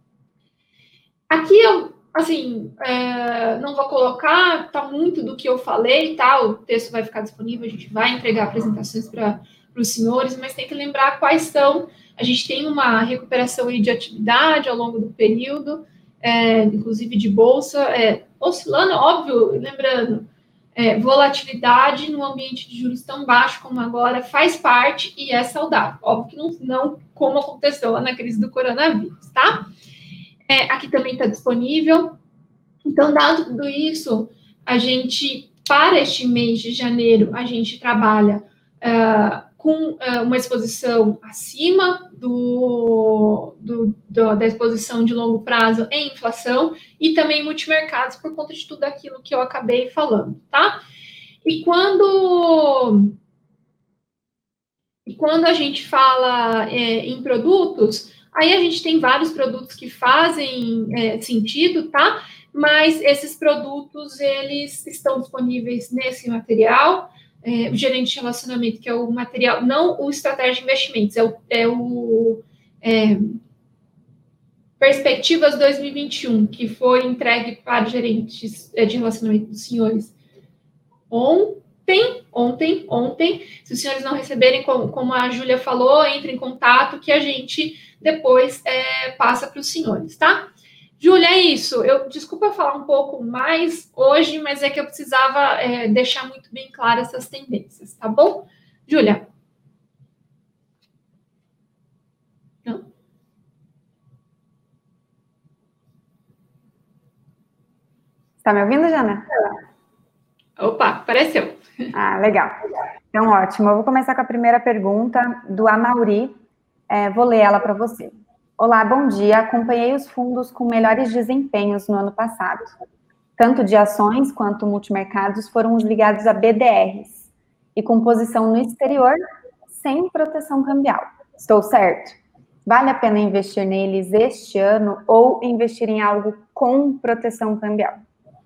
Aqui eu, assim, é, não vou colocar, tá muito do que eu falei, tá? O texto vai ficar disponível, a gente vai entregar apresentações para os senhores, mas tem que lembrar quais são. A gente tem uma recuperação aí de atividade ao longo do período, é, inclusive de bolsa, é, oscilando, óbvio, lembrando, é, volatilidade no ambiente de juros tão baixo como agora faz parte e é saudável. Óbvio que não, não como aconteceu lá na crise do coronavírus, tá? É, aqui também está disponível. Então, dado tudo isso, a gente, para este mês de janeiro, a gente trabalha uh, com uh, uma exposição acima do, do, do, da exposição de longo prazo em inflação e também multimercados por conta de tudo aquilo que eu acabei falando, tá? E quando, e quando a gente fala é, em produtos, aí a gente tem vários produtos que fazem é, sentido, tá? Mas esses produtos, eles estão disponíveis nesse material, é, o gerente de relacionamento, que é o material, não o estratégia de investimentos, é o, é o é, Perspectivas dois mil e vinte e um, que foi entregue para os gerentes de relacionamento dos senhores ontem, ontem, ontem. Se os senhores não receberem, como, como a Júlia falou, entre em contato, que a gente depois é, passa para os senhores, tá? Júlia, é isso. Eu, desculpa eu falar um pouco mais hoje, mas é que eu precisava é, deixar muito bem claras essas tendências, tá bom? Júlia. Não? Está me ouvindo, Jana? Opa, apareceu. Ah, legal. Então, ótimo. Eu vou começar com a primeira pergunta do Amauri. É, vou ler ela para você. Olá, bom dia. Acompanhei os fundos com melhores desempenhos no ano passado. Tanto de ações quanto multimercados foram os ligados a B D Rs e com posição no exterior sem proteção cambial. Estou certo? Vale a pena investir neles este ano ou investir em algo com proteção cambial?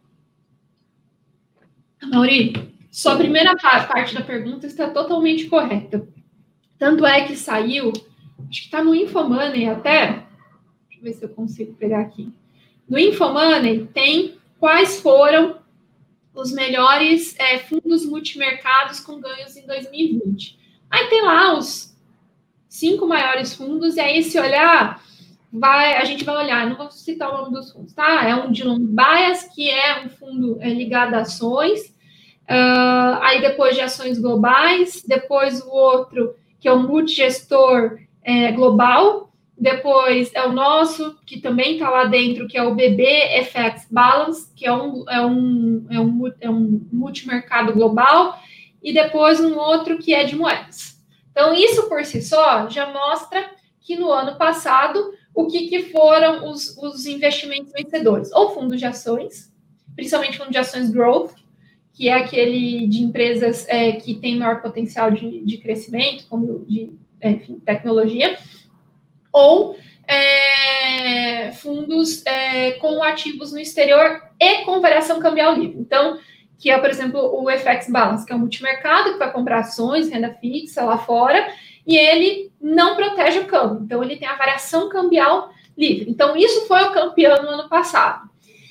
Mauri, sua primeira parte da pergunta está totalmente correta. Tanto é que saiu, acho que está no Infomoney até, deixa eu ver se eu consigo pegar aqui. No Infomoney tem quais foram os melhores é, fundos multimercados com ganhos em dois mil e vinte. Aí tem lá os cinco maiores fundos, e aí se olhar, vai, a gente vai olhar, não vou citar o nome dos fundos, tá? É um de long bias, que é um fundo é, ligado a ações, uh, aí depois de ações globais, depois o outro, que é o multigestor é, global, depois é o nosso, que também está lá dentro, que é o B B F X Balance, que é um, é um, é um, é um multimercado global, e depois um outro que é de moedas. Então, isso por si só já mostra que no ano passado, o que, que foram os, os investimentos vencedores? Ou fundos de ações, principalmente fundo de ações growth, que é aquele de empresas é, que tem maior potencial de, de crescimento, como de enfim, tecnologia, ou é, fundos é, com ativos no exterior e com variação cambial livre. Então, que é, por exemplo, o F X Balance, que é um multimercado que vai comprar ações, renda fixa lá fora, e ele não protege o câmbio. Então, ele tem a variação cambial livre. Então, isso foi o campeão no ano passado.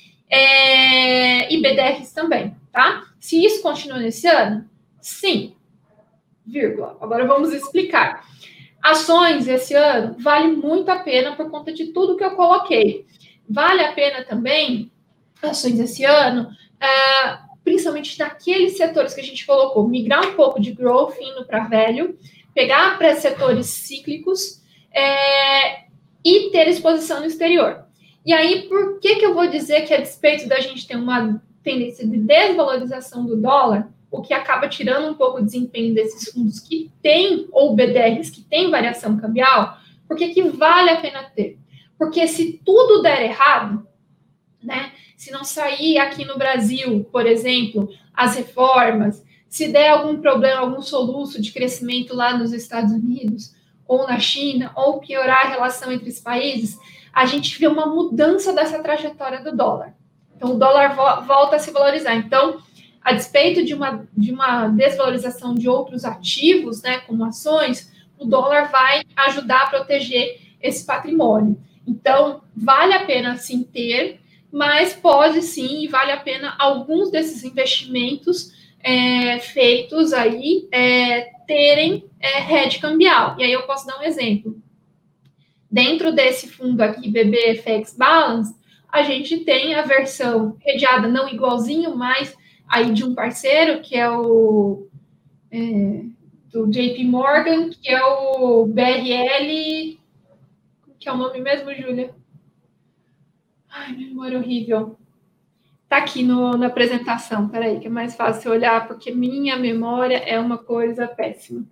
É, e B D Rs também, tá? Se isso continua nesse ano, sim, vírgula. Agora vamos explicar. Ações esse ano vale muito a pena por conta de tudo que eu coloquei. Vale a pena também, ações esse ano, uh, principalmente daqueles setores que a gente colocou, migrar um pouco de growth indo para velho, pegar para setores cíclicos é, e ter exposição no exterior. E aí, por que, que eu vou dizer que a despeito da gente ter uma tendência de desvalorização do dólar, o que acaba tirando um pouco o desempenho desses fundos que têm, ou B D Rs que têm variação cambial, por que que vale a pena ter? Porque se tudo der errado, né, se não sair aqui no Brasil, por exemplo, as reformas, se der algum problema, algum soluço de crescimento lá nos Estados Unidos, ou na China, ou piorar a relação entre os países, a gente vê uma mudança dessa trajetória do dólar. Então, o dólar vo- volta a se valorizar. Então, a despeito de uma, de uma desvalorização de outros ativos, né, como ações, o dólar vai ajudar a proteger esse patrimônio. Então, vale a pena, sim, ter, mas pode, sim, e vale a pena alguns desses investimentos é, feitos aí é, terem é, hedge cambial. E aí eu posso dar um exemplo. Dentro desse fundo aqui, B B F X Balance, a gente tem a versão hedgeada, não igualzinho, mas aí de um parceiro, que é o é, do J P Morgan, que é o B R L, que é o nome mesmo, Júlia? Ai, memória horrível. Tá aqui no, na apresentação, peraí, que é mais fácil olhar, porque minha memória é uma coisa péssima.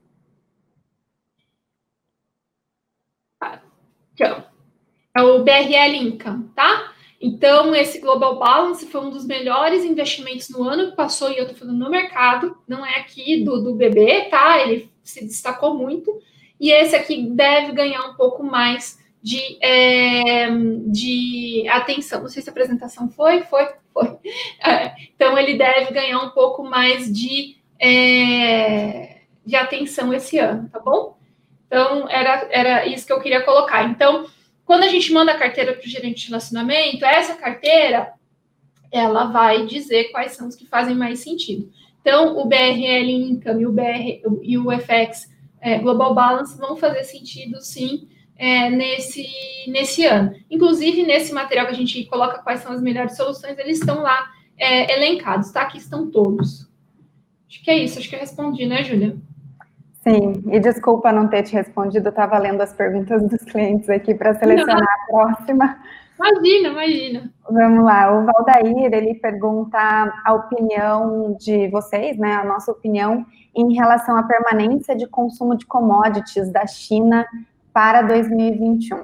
Então, é o B R L Income, tá? Então, esse Global Balance foi um dos melhores investimentos no ano que passou, e eu tô falando no mercado, não é aqui do, do B B, tá? Ele se destacou muito, e esse aqui deve ganhar um pouco mais de, é, de atenção. Não sei se a apresentação foi, foi, foi. É, então, ele deve ganhar um pouco mais de, é, de atenção esse ano, tá bom? Então, era, era isso que eu queria colocar. Então, quando a gente manda a carteira para o gerente de relacionamento, essa carteira, ela vai dizer quais são os que fazem mais sentido. Então, o B R L Income e o, B R, e o F X é, Global Balance vão fazer sentido, sim, é, nesse, nesse ano. Inclusive, nesse material que a gente coloca quais são as melhores soluções, eles estão lá é, elencados, tá? Aqui estão todos. Acho que é isso, acho que eu respondi, né, Júlia? Sim, e desculpa não ter te respondido, eu estava lendo as perguntas dos clientes aqui para selecionar não. a próxima. Imagina, imagina. Vamos lá, o Valdair, ele pergunta a opinião de vocês, né, a nossa opinião em relação à permanência de consumo de commodities da China para dois mil e vinte e um.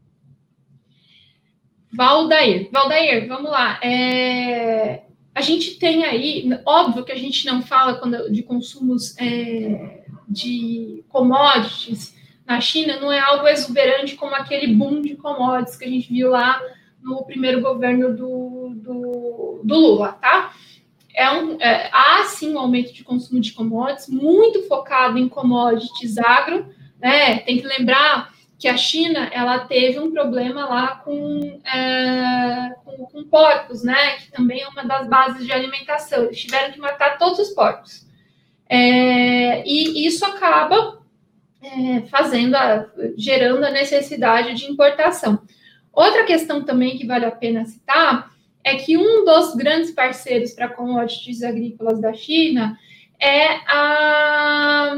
Valdair, Valdair, vamos lá. É... A gente tem aí, óbvio que a gente não fala quando, de consumos é, de commodities na China, não é algo exuberante como aquele boom de commodities que a gente viu lá no primeiro governo do, do, do Lula, tá? É um, é, há, sim, um aumento de consumo de commodities, muito focado em commodities agro, né? Tem que lembrar que a China, ela teve um problema lá com, é, com, com porcos, né? Que também é uma das bases de alimentação. Eles tiveram que matar todos os porcos. É, e isso acaba é, fazendo, a, gerando a necessidade de importação. Outra questão também que vale a pena citar é que um dos grandes parceiros para commodities agrícolas da China é a...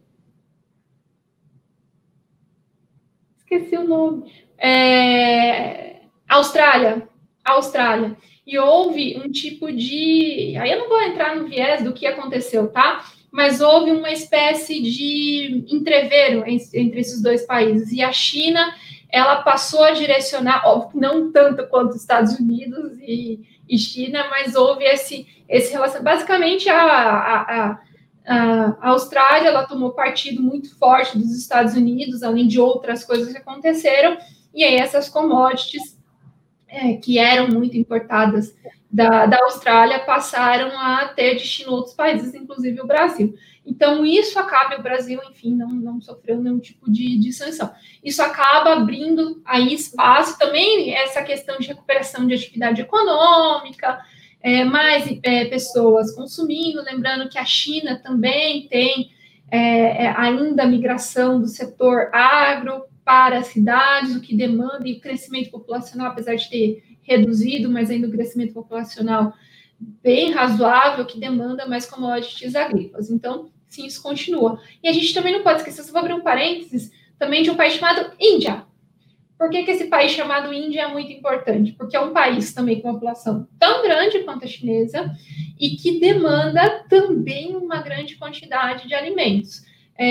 Esqueci o nome. É... Austrália. Austrália. E houve um tipo de... Aí eu não vou entrar no viés do que aconteceu, tá? Mas houve uma espécie de entreveiro entre esses dois países. E a China, ela passou a direcionar, óbvio, não tanto quanto os Estados Unidos e, e China, mas houve esse, esse relacionamento. Basicamente, a, a, a a Austrália, ela tomou partido muito forte dos Estados Unidos, além de outras coisas que aconteceram, e aí essas commodities é, que eram muito importadas da, da Austrália passaram a ter destino a outros países, inclusive o Brasil. Então, isso acaba, o Brasil, enfim, não, não sofreu nenhum tipo de, de sanção. Isso acaba abrindo aí espaço, também essa questão de recuperação de atividade econômica, É, mais é, pessoas consumindo, lembrando que a China também tem é, é, ainda a migração do setor agro para as cidades, o que demanda, e o crescimento populacional, apesar de ter reduzido, mas ainda o crescimento populacional bem razoável, que demanda mais commodities agrícolas. Então, sim, isso continua. E a gente também não pode esquecer, só vou abrir um parênteses, também de um país chamado Índia. Por que, que esse país chamado Índia é muito importante? Porque é um país também com uma população tão grande quanto a chinesa e que demanda também uma grande quantidade de alimentos.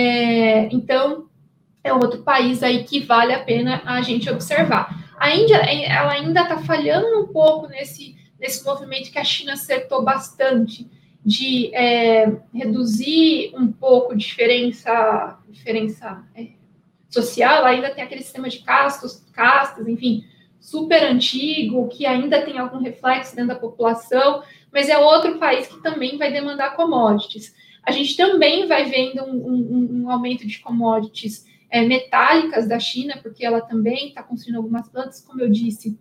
É, então, é outro país aí que vale a pena a gente observar. A Índia, ela ainda está falhando um pouco nesse, nesse movimento que a China acertou bastante de é, reduzir um pouco a diferença, diferença é, social, ainda tem aquele sistema de castas, castas, enfim, super antigo, que ainda tem algum reflexo dentro da população, mas é outro país que também vai demandar commodities. A gente também vai vendo um, um, um aumento de commodities é, metálicas da China, porque ela também está construindo algumas plantas, como eu disse,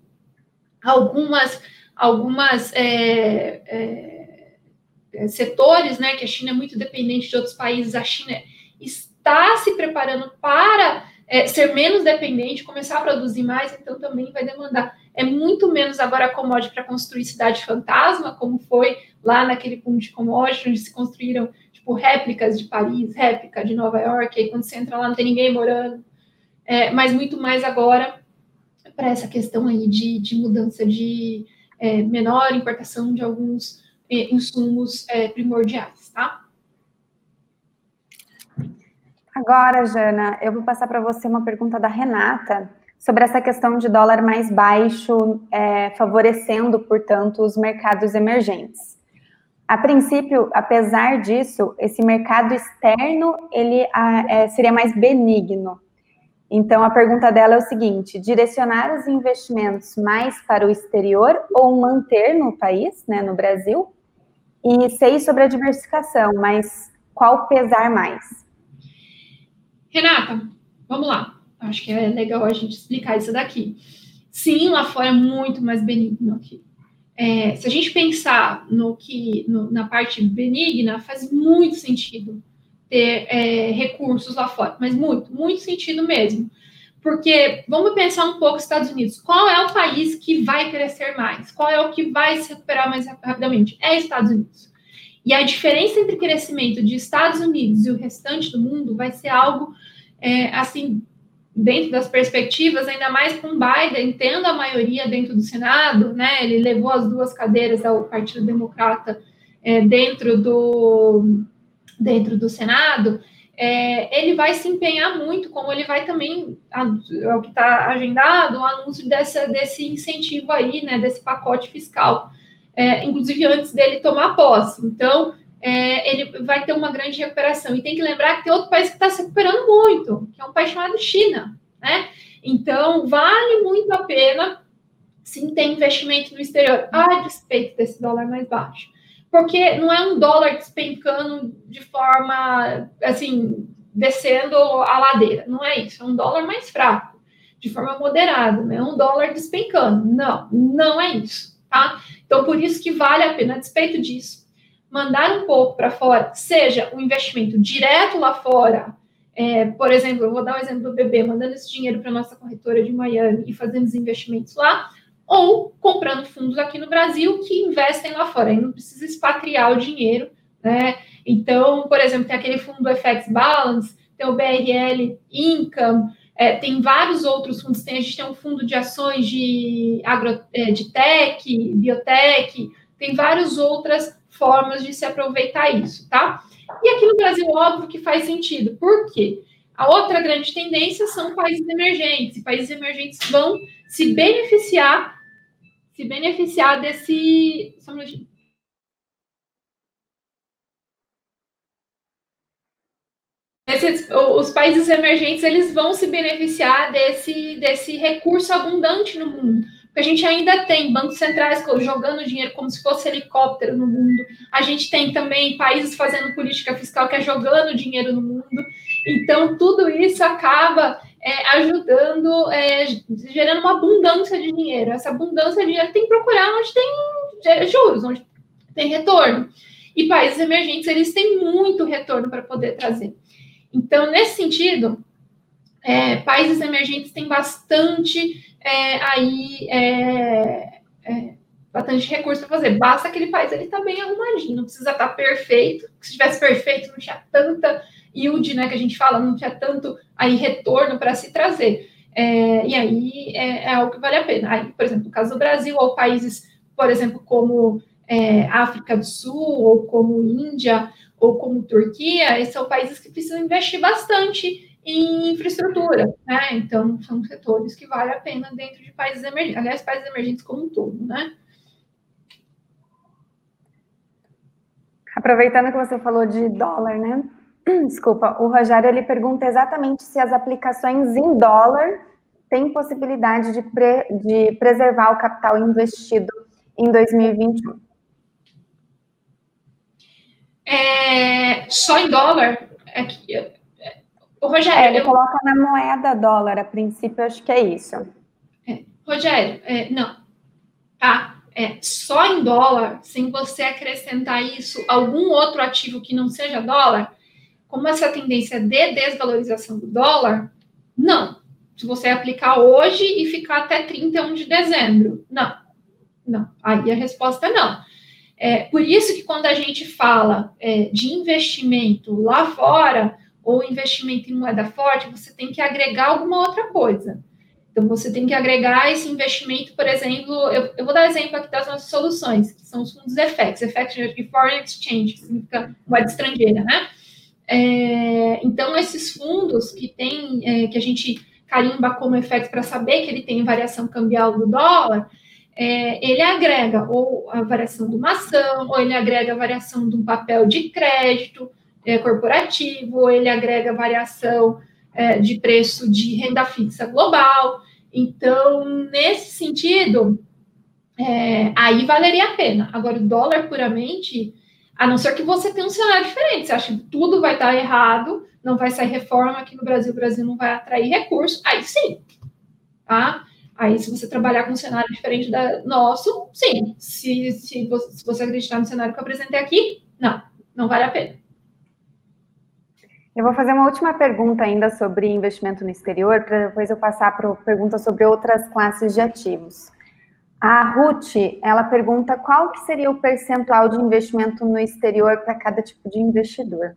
algumas, algumas é, é, setores, né, que a China é muito dependente de outros países, a China está se preparando para é, ser menos dependente, começar a produzir mais, então também vai demandar é muito menos agora commodity para construir cidade fantasma, como foi lá naquele ponto de commodity, onde se construíram tipo, réplicas de Paris, réplica de Nova York, aí quando você entra lá não tem ninguém morando, é, mas muito mais agora para essa questão aí de, de mudança de é, menor importação de alguns é, insumos é, primordiais, tá? Agora, Jana, eu vou passar para você uma pergunta da Renata sobre essa questão de dólar mais baixo, é, favorecendo, portanto, os mercados emergentes. A princípio, apesar disso, esse mercado externo, ele é, seria mais benigno. Então, a pergunta dela é o seguinte, direcionar os investimentos mais para o exterior ou manter no país, né, no Brasil? E sei sobre a diversificação, mas qual pesar mais? Renata, vamos lá. Acho que é legal a gente explicar isso daqui. Sim, lá fora é muito mais benigno aqui. É, se a gente pensar no que, no, na parte benigna, faz muito sentido ter é, recursos lá fora, mas muito, muito sentido mesmo. Porque vamos pensar um pouco nos Estados Unidos. Qual é o país que vai crescer mais? Qual é o que vai se recuperar mais rapidamente? É Estados Unidos. E a diferença entre crescimento de Estados Unidos e o restante do mundo vai ser algo, é, assim, dentro das perspectivas, ainda mais com Biden tendo a maioria dentro do Senado, né? Ele levou as duas cadeiras ao Partido Democrata é, dentro, do, dentro do Senado, é, ele vai se empenhar muito, como ele vai também, é o que está agendado, o anúncio dessa, desse incentivo aí, né? Desse pacote fiscal. É, inclusive antes dele tomar posse. Então, é, ele vai ter uma grande recuperação. E tem que lembrar que tem outro país que está se recuperando muito, que é um país chamado China, né? Então, vale muito a pena, sim, ter investimento no exterior, a despeito desse dólar mais baixo. Porque não é um dólar despencando de forma, assim, descendo a ladeira. Não é isso. É um dólar mais fraco, de forma moderada. Não é um dólar despencando. Não, não é isso, tá? Então, por isso que vale a pena, a despeito disso, mandar um pouco para fora, seja um investimento direto lá fora, é, por exemplo, eu vou dar um exemplo do B B, mandando esse dinheiro para a nossa corretora de Miami e fazendo os investimentos lá, ou comprando fundos aqui no Brasil que investem lá fora, aí não precisa expatriar o dinheiro, né? Então, por exemplo, tem aquele fundo do F X Balance, tem o B R L Income, É, tem vários outros fundos, tem, a gente tem um fundo de ações de, agro, é, de tech, biotech, tem várias outras formas de se aproveitar isso, tá? E aqui no Brasil, óbvio que faz sentido. Por quê? A outra grande tendência são países emergentes, e países emergentes vão se beneficiar, se beneficiar desse... Só um minutinho. Esses, os países emergentes, eles vão se beneficiar desse, desse recurso abundante no mundo. Porque a gente ainda tem bancos centrais jogando dinheiro como se fosse helicóptero no mundo. A gente tem também países fazendo política fiscal que é jogando dinheiro no mundo. Então, tudo isso acaba é, ajudando, é, gerando uma abundância de dinheiro. Essa abundância de dinheiro tem que procurar onde tem juros, onde tem retorno. E países emergentes, eles têm muito retorno para poder trazer. Então, nesse sentido, é, países emergentes têm bastante é, aí é, é, bastante recurso para fazer. Basta aquele país ele tá bem arrumadinho, não precisa estar perfeito. Se estivesse perfeito, não tinha tanta yield, né, que a gente fala, não tinha tanto aí retorno para se trazer. É, e aí é, é algo que vale a pena. Aí, por exemplo, no caso do Brasil, ou países, por exemplo, como é, África do Sul, ou como Índia, ou como Turquia, esses são países que precisam investir bastante em infraestrutura, né? Então, são setores que vale a pena dentro de países emergentes, aliás, países emergentes como um todo, né? Aproveitando que você falou de dólar, né? Desculpa, o Rogério, ele pergunta exatamente se as aplicações em dólar têm possibilidade de, pre, de preservar o capital investido em dois mil e vinte e um. É, só em dólar? É que, é, o Rogério... É, ele eu... coloca na moeda dólar, a princípio, acho que é isso. É, Rogério, é, não, tá? É, só em dólar, sem você acrescentar isso, algum outro ativo que não seja dólar, como essa tendência de desvalorização do dólar, não. se você aplicar hoje e ficar até trinta e um de dezembro. Não, não. Aí a resposta é não. É, por isso que quando a gente fala é, de investimento lá fora, ou investimento em moeda forte, você tem que agregar alguma outra coisa. Então, você tem que agregar esse investimento, por exemplo, eu, eu vou dar exemplo aqui das nossas soluções, que são os fundos F X, F X de Foreign Exchange, que significa moeda estrangeira, né? É, então, esses fundos que tem, é, que a gente carimba como F X para saber que ele tem variação cambial do dólar, é, ele agrega ou a variação de uma ação, ou ele agrega a variação de um papel de crédito é, corporativo, ou ele agrega a variação é, de preço de renda fixa global. Então, nesse sentido, é, aí valeria a pena. Agora, o dólar puramente, a não ser que você tenha um cenário diferente, você acha que tudo vai estar errado, não vai sair reforma aqui no Brasil, o Brasil não vai atrair recurso, aí sim, tá? Aí, se você trabalhar com um cenário diferente do nosso, sim. Se, se, você, se você acreditar no cenário que eu apresentei aqui, não, não vale a pena. Eu vou fazer uma última pergunta ainda sobre investimento no exterior, para depois eu passar para pergunta sobre outras classes de ativos. A Ruth, ela pergunta qual que seria o percentual de investimento no exterior para cada tipo de investidor.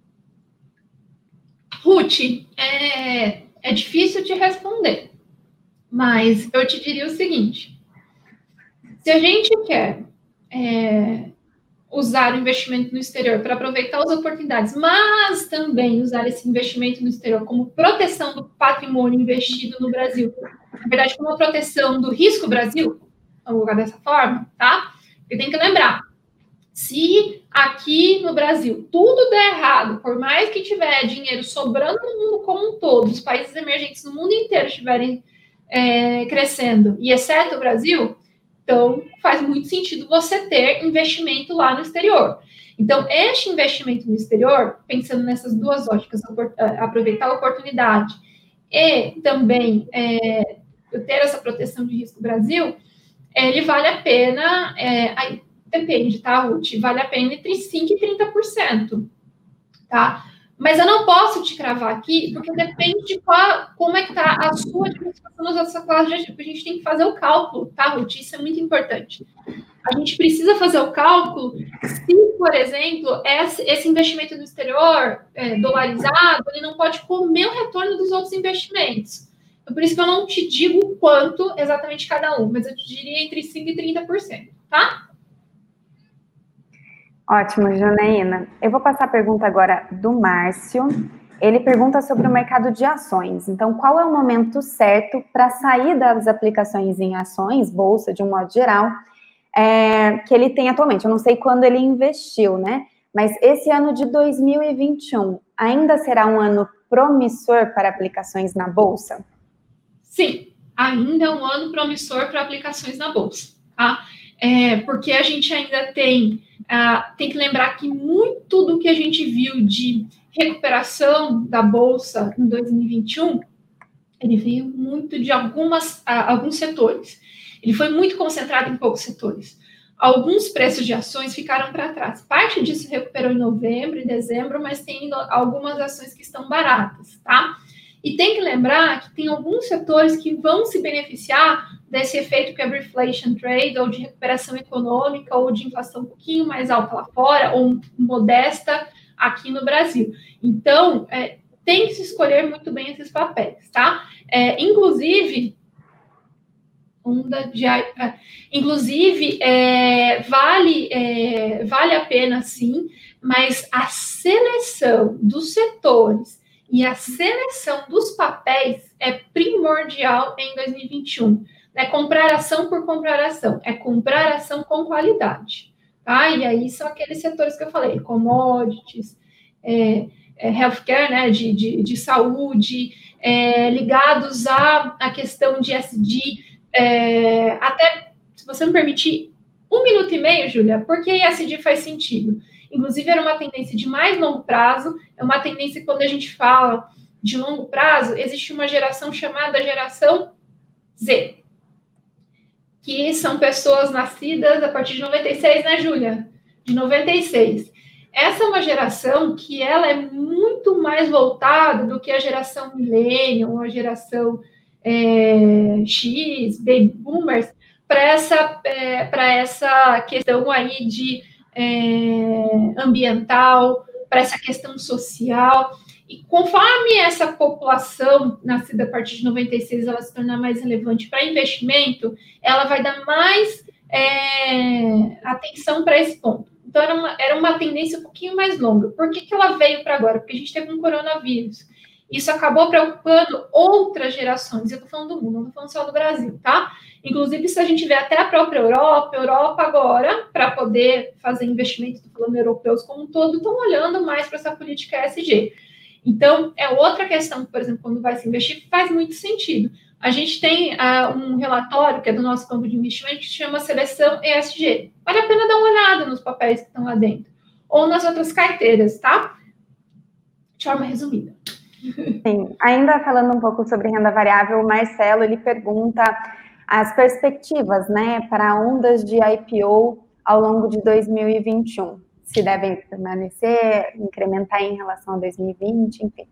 Ruth, é, é difícil de responder, mas eu te diria o seguinte, se a gente quer é, usar o investimento no exterior para aproveitar as oportunidades, mas também usar esse investimento no exterior como proteção do patrimônio investido no Brasil, na verdade, como proteção do risco Brasil, vamos colocar dessa forma, tá? Porque tem que lembrar, se aqui no Brasil tudo der errado, por mais que tiver dinheiro sobrando no mundo como um todo, os países emergentes no mundo inteiro estiverem é, crescendo, e exceto o Brasil, então faz muito sentido você ter investimento lá no exterior. Então, este investimento no exterior, pensando nessas duas óticas, aproveitar a oportunidade e também é, ter essa proteção de risco Brasil, ele vale a pena, é, aí, depende, tá, Ruth? Vale a pena entre cinco por cento e trinta por cento, tá? Mas eu não posso te cravar aqui, porque depende de qual, como é que tá a sua administração nessa classe de ativos. A gente tem que fazer o cálculo, tá, Ruth? Isso é muito importante. A gente precisa fazer o cálculo se, por exemplo, esse investimento no exterior, é, dolarizado, ele não pode comer o retorno dos outros investimentos. Então, por isso que eu não te digo quanto exatamente cada um, mas eu te diria entre cinco por cento e trinta por cento, tá? Ótimo, Janaína. Eu vou passar a pergunta agora do Márcio. Ele pergunta sobre o mercado de ações. Então, qual é o momento certo para sair das aplicações em ações, bolsa de um modo geral, é, que ele tem atualmente? Eu não sei quando ele investiu, né? Mas esse ano de dois mil e vinte e um ainda será um ano promissor para aplicações na bolsa? Sim, ainda é um ano promissor para aplicações na bolsa, tá? É, porque a gente ainda tem, uh, tem que lembrar que muito do que a gente viu de recuperação da bolsa em dois mil e vinte e um, ele veio muito de algumas, uh, alguns setores. Ele foi muito concentrado em poucos setores. Alguns preços de ações ficaram para trás. Parte disso recuperou em novembro e dezembro, mas tem algumas ações que estão baratas, tá? E tem que lembrar que tem alguns setores que vão se beneficiar desse efeito que é reflation trade, ou de recuperação econômica, ou de inflação um pouquinho mais alta lá fora, ou modesta aqui no Brasil. Então, é, tem que se escolher muito bem esses papéis, tá? É, inclusive, onda de, é, inclusive é, vale, é, vale a pena, sim, mas a seleção dos setores e a seleção dos papéis é primordial em dois mil e vinte e um. Não é comprar ação por comprar ação, é comprar ação com qualidade, tá? E aí são aqueles setores que eu falei, commodities, é, é, healthcare, né, de, de, de saúde, é, ligados à, à questão de E S G, é, até, se você me permitir, um minuto e meio, Júlia, porque E S G faz sentido. Inclusive, era uma tendência de mais longo prazo, é uma tendência que, quando a gente fala de longo prazo, existe uma geração chamada geração Z, que são pessoas nascidas a partir de noventa e seis, né, Júlia? De noventa e seis. Essa é uma geração que ela é muito muito mais voltado do que a geração millennial, a geração é, X, baby boomers, para essa, é, para essa questão aí de é, ambiental, para essa questão social. E conforme essa população nascida a partir de noventa e seis ela se tornar mais relevante para investimento, ela vai dar mais é, atenção para esse ponto. Então, era uma, era uma tendência um pouquinho mais longa. Por que, que ela veio para agora? Porque a gente teve um coronavírus. Isso acabou preocupando outras gerações. Eu estou falando do mundo, não estou falando só do Brasil, tá? Inclusive, se a gente vê até a própria Europa, a Europa agora, para poder fazer investimento, estou falando europeus como um todo, estão olhando mais para essa política E S G. Então, é outra questão, por exemplo, quando vai se investir, faz muito sentido. A gente tem uh, um relatório, que é do nosso campo de investimento, que se chama Seleção E S G. Vale a pena dar uma olhada nos papéis que estão lá dentro. Ou nas outras carteiras, tá? De forma resumida. Sim. Ainda falando um pouco sobre renda variável, o Marcelo, ele pergunta as perspectivas, né, para ondas de I P O ao longo de dois mil e vinte e um. Se devem permanecer, incrementar em relação a dois mil e vinte, enfim.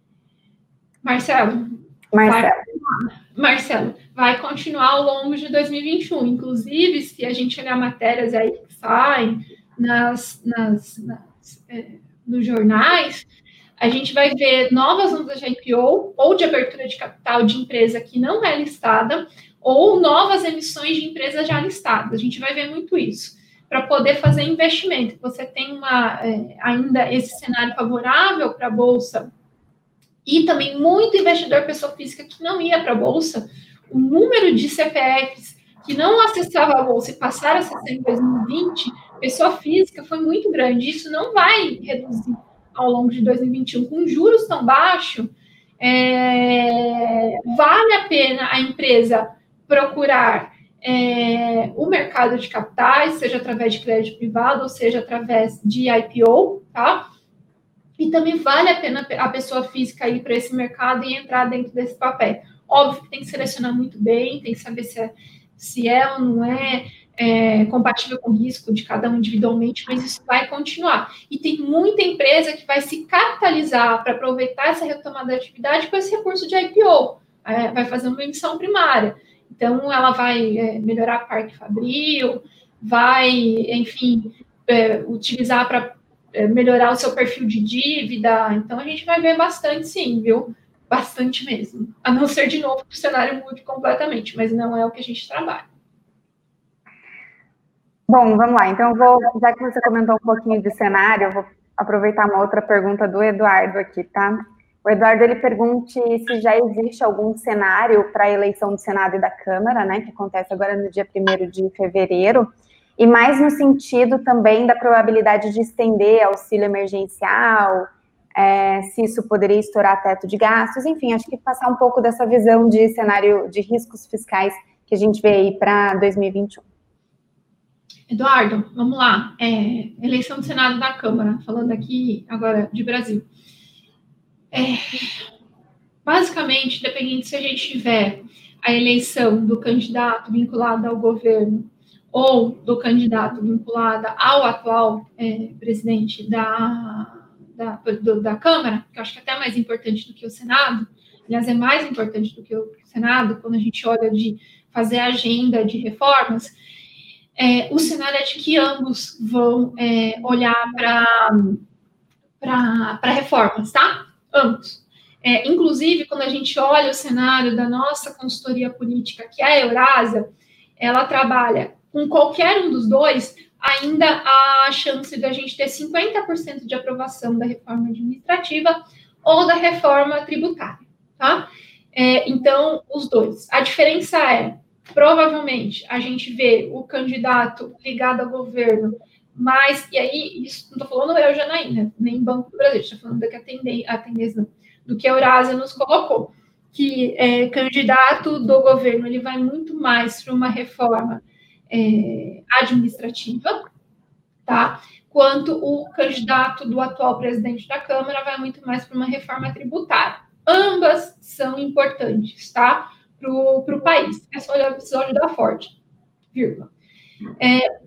Marcelo. Marcelo. Vai, Marcelo, vai continuar ao longo de dois mil e vinte e um. Inclusive, se a gente olhar matérias aí que saem nas, nas, nas, é, nos jornais, a gente vai ver novas ondas de I P O ou de abertura de capital de empresa que não é listada ou novas emissões de empresas já listadas. A gente vai ver muito isso para poder fazer investimento. Você tem uma, é, ainda esse cenário favorável para a Bolsa e também muito investidor pessoa física que não ia para a Bolsa. O número de C P Fs que não acessava a Bolsa e passaram a acessar em dois mil e vinte, pessoa física, foi muito grande. Isso não vai reduzir ao longo de dois mil e vinte e um. Com juros tão baixos, é, vale a pena a empresa procurar É, o mercado de capitais, seja através de crédito privado, ou seja através de I P O, tá? E também vale a pena a pessoa física ir para esse mercado e entrar dentro desse papel. Óbvio que tem que selecionar muito bem, tem que saber se é, se é ou não é, é compatível com o risco de cada um individualmente, mas isso vai continuar. E tem muita empresa que vai se capitalizar para aproveitar essa retomada da atividade com esse recurso de I P O, é, vai fazer uma emissão primária. Então, ela vai é, melhorar a Parque Fabril, vai, enfim, é, utilizar para é, melhorar o seu perfil de dívida. Então, a gente vai ver bastante, sim, viu? Bastante mesmo. A não ser, de novo, que o cenário mude completamente, mas não é o que a gente trabalha. Bom, vamos lá. Então, eu vou, já que você comentou um pouquinho de cenário, eu vou aproveitar uma outra pergunta do Eduardo aqui, tá? O Eduardo, ele pergunta se já existe algum cenário para a eleição do Senado e da Câmara, né, que acontece agora no dia primeiro de fevereiro, e mais no sentido também da probabilidade de estender auxílio emergencial, é, se isso poderia estourar teto de gastos, enfim, acho que passar um pouco dessa visão de cenário de riscos fiscais que a gente vê aí para dois mil e vinte e um. Eduardo, vamos lá. É, eleição do Senado e da Câmara, falando aqui agora de Brasil. É, basicamente, dependendo se a gente tiver a eleição do candidato vinculado ao governo ou do candidato vinculado ao atual é, presidente da, da, do, da Câmara, que eu acho que é até mais importante do que o Senado, aliás, é mais importante do que o Senado, quando a gente olha de fazer a agenda de reformas, é, o cenário é de que ambos vão é, olhar para reformas, tá? Ambos. É, inclusive, quando a gente olha o cenário da nossa consultoria política, que é a Eurásia, ela trabalha com qualquer um dos dois, ainda há a chance de a gente ter cinquenta por cento de aprovação da reforma administrativa ou da reforma tributária, tá? É, então, os dois. A diferença é, provavelmente, a gente vê o candidato ligado ao governo, mas, e aí, isso não estou falando eu, Janaína, nem Banco do Brasil, estou falando daqui a tendência, a tendência do que a Eurásia nos colocou, que é, candidato do governo, ele vai muito mais para uma reforma é, administrativa, tá? Quanto o candidato do atual presidente da Câmara vai muito mais para uma reforma tributária. Ambas são importantes, tá? Para o país. É só olhar o episódio da Ford, vírgula. É,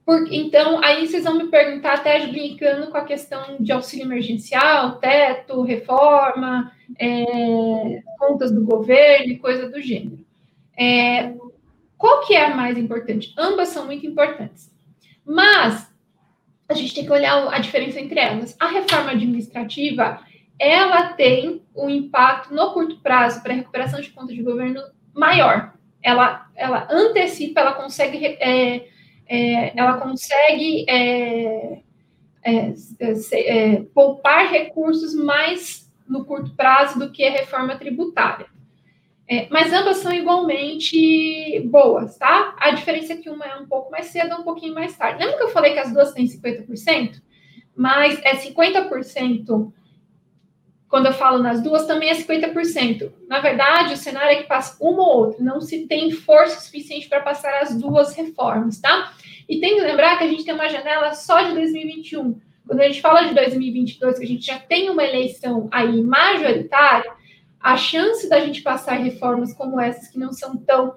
Por, então, aí vocês vão me perguntar, até brincando com a questão de auxílio emergencial, teto, reforma, é, contas do governo e coisa do gênero. É, qual que é a mais importante? Ambas são muito importantes. Mas a gente tem que olhar a diferença entre elas. A reforma administrativa, ela tem um impacto no curto prazo para a recuperação de contas de governo maior. Ela, ela antecipa, ela consegue, é, é, ela consegue é, é, é, poupar recursos mais no curto prazo do que a reforma tributária. É, mas ambas são igualmente boas, tá? A diferença é que uma é um pouco mais cedo, um pouquinho mais tarde. Lembra que eu falei que as duas têm cinquenta por cento? Mas é cinquenta por cento, quando eu falo nas duas, também é cinquenta por cento. Na verdade, o cenário é que passa uma ou outra, não se tem força suficiente para passar as duas reformas, tá? E tem que lembrar que a gente tem uma janela só de dois mil e vinte e um. Quando a gente fala de dois mil e vinte e dois, que a gente já tem uma eleição aí majoritária, a chance da gente passar reformas como essas, que não são tão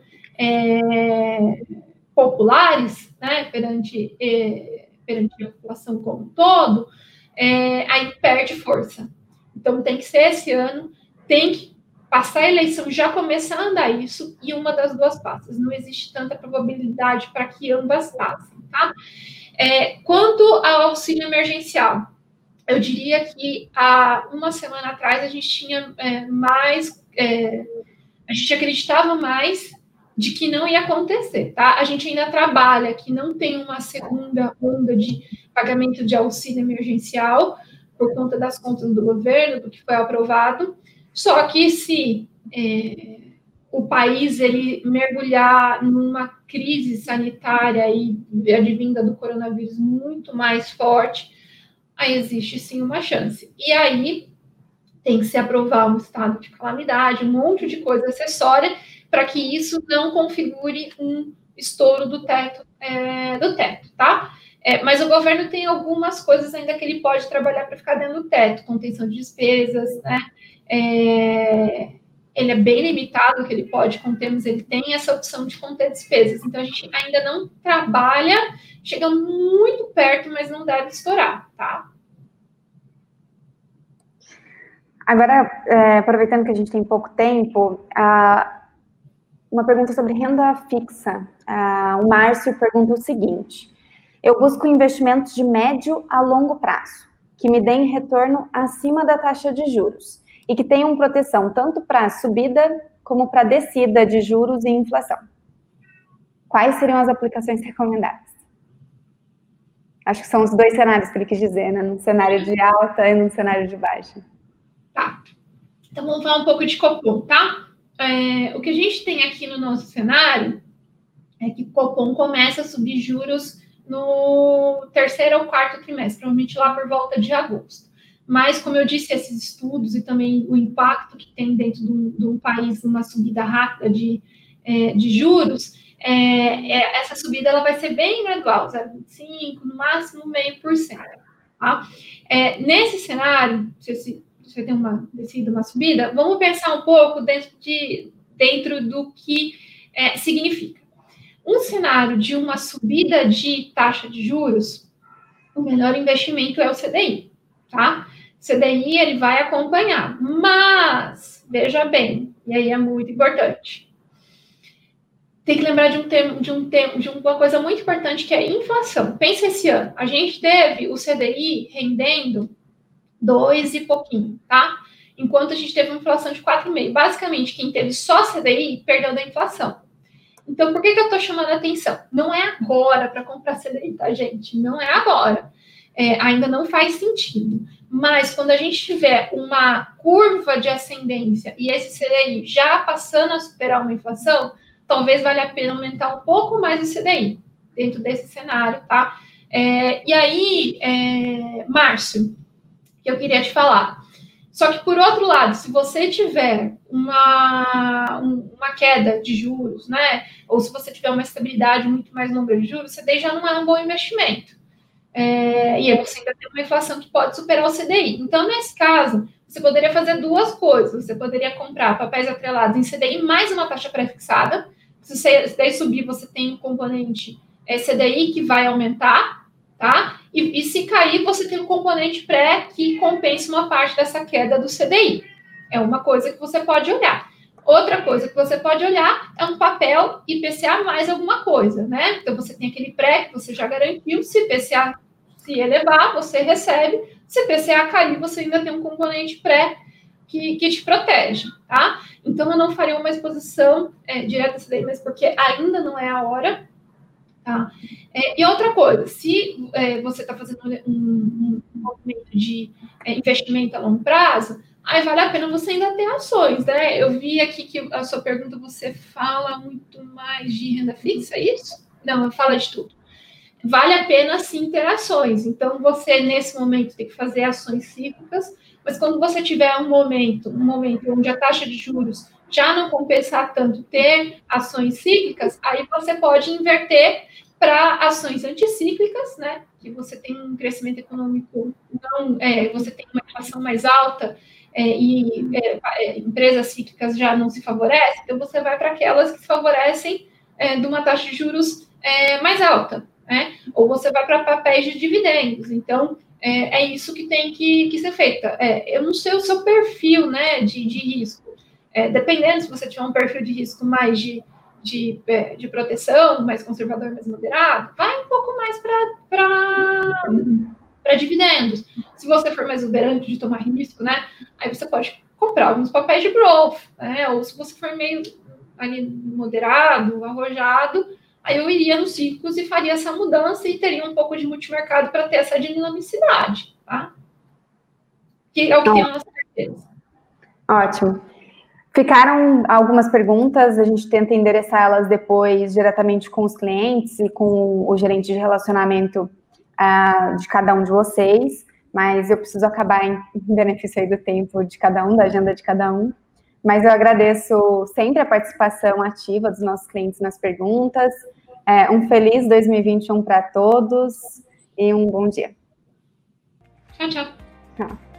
é, populares, né, perante, é, perante a população como um todo, é, aí perde força. Então, tem que ser esse ano, tem que passar a eleição, já começar a andar isso, e uma das duas passas. Não existe tanta probabilidade para que ambas passem, tá? É, quanto ao auxílio emergencial, eu diria que há uma semana atrás a gente tinha é, mais, é, a gente acreditava mais de que não ia acontecer, tá? A gente ainda trabalha que não tem uma segunda onda de pagamento de auxílio emergencial por conta das contas do governo, do que foi aprovado. Só que se é, o país ele mergulhar numa crise sanitária e advinda do coronavírus muito mais forte, aí existe sim uma chance. E aí tem que se aprovar um estado de calamidade, um monte de coisa acessória, para que isso não configure um estouro do teto, é, do teto, tá? É, mas o governo tem algumas coisas ainda que ele pode trabalhar para ficar dentro do teto, contenção de despesas, né? É, ele é bem limitado o que ele pode conter, mas ele tem essa opção de conter despesas. Então, a gente ainda não trabalha, chega muito perto, mas não deve estourar, tá? Agora, é, aproveitando que a gente tem pouco tempo, a, uma pergunta sobre renda fixa. A, o Márcio pergunta o seguinte: eu busco investimentos de médio a longo prazo, que me deem retorno acima da taxa de juros e que tenham proteção tanto para subida como para descida de juros e inflação. Quais seriam as aplicações recomendadas? Acho que são os dois cenários que ele quis dizer, né? No cenário de alta e no cenário de baixa. Tá. Então, vamos falar um pouco de Copom, tá? É, o que a gente tem aqui no nosso cenário é que o Copom começa a subir juros no terceiro ou quarto trimestre, provavelmente lá por volta de agosto. Mas, como eu disse, esses estudos e também o impacto que tem dentro de um, de um país, uma subida rápida de, é, de juros, é, é, essa subida ela vai ser bem gradual, zero vírgula vinte e cinco, no máximo meio por cento. Tá? É, nesse cenário, se esse, você tem uma descida, uma subida, vamos pensar um pouco dentro, de, dentro do que é, significa. Um cenário de uma subida de taxa de juros, o melhor investimento é o C D I, tá? O C D I, ele vai acompanhar, mas, veja bem, e aí é muito importante, tem que lembrar de um termo, de um termo, de uma coisa muito importante, que é a inflação. Pensa esse ano, a gente teve o C D I rendendo dois e pouquinho, tá? Enquanto a gente teve uma inflação de quatro vírgula cinco. Basicamente, quem teve só C D I perdeu da inflação. Então, por que, que eu estou chamando a atenção? Não é agora para comprar C D I, tá, gente? Não é agora. É, ainda não faz sentido. Mas, quando a gente tiver uma curva de ascendência e esse C D I já passando a superar uma inflação, talvez valha a pena aumentar um pouco mais o C D I dentro desse cenário, tá? É, e aí, é, Márcio, que eu queria te falar. Só que, por outro lado, se você tiver uma, uma queda de juros, né, ou se você tiver uma estabilidade muito mais longa de juros, o C D I já não é um bom investimento. É, e aí você ainda tem uma inflação que pode superar o C D I. Então, nesse caso, você poderia fazer duas coisas. Você poderia comprar papéis atrelados em C D I mais uma taxa pré-fixada. Se o C D I subir, você tem um componente é C D I que vai aumentar, tá? E, e se cair, você tem um componente pré que compensa uma parte dessa queda do C D I. É uma coisa que você pode olhar. Outra coisa que você pode olhar é um papel I P C A mais alguma coisa, né? Então, você tem aquele pré que você já garantiu. Se I P C A se elevar, você recebe. Se I P C A cair, você ainda tem um componente pré que, que te protege, tá? Então, eu não faria uma exposição é, direta a C D I, mas porque ainda não é a hora, tá? É, e outra coisa, se é, você está fazendo um, um, um movimento de é, investimento a longo prazo, aí vale a pena você ainda ter ações, né? Eu vi aqui que a sua pergunta, você fala muito mais de renda fixa, é isso? Não, fala de tudo. Vale a pena, sim, ter ações. Então, você, nesse momento, tem que fazer ações cíclicas, mas quando você tiver um momento, um momento onde a taxa de juros já não compensar tanto ter ações cíclicas, aí você pode inverter para ações anticíclicas, né? Que você tem um crescimento econômico, não, é, você tem uma inflação mais alta, É, e é, empresas cíclicas já não se favorecem, então você vai para aquelas que se favorecem é, de uma taxa de juros é, mais alta, né? Ou você vai para papéis de dividendos. Então, é, é isso que tem que, que ser feito. É, eu não sei o seu perfil, né, de, de risco. É, dependendo, se você tiver um perfil de risco mais de, de, de proteção, mais conservador, mais moderado, vai um pouco mais para para dividendos. Se você for mais exuberante de tomar risco, né, aí você pode comprar alguns papéis de growth, né, ou se você for meio ali moderado, arrojado, aí eu iria nos ciclos e faria essa mudança e teria um pouco de multimercado para ter essa dinamicidade, tá? Que é o que tem a nossa certeza. Ótimo. Ficaram algumas perguntas, a gente tenta endereçá-las depois diretamente com os clientes e com o gerente de relacionamento Uh, de cada um de vocês, mas eu preciso acabar em benefício aí do tempo de cada um, da agenda de cada um. Mas eu agradeço sempre a participação ativa dos nossos clientes nas perguntas. É, um feliz dois mil e vinte e um para todos e um bom dia. Tchau, tchau. Tchau.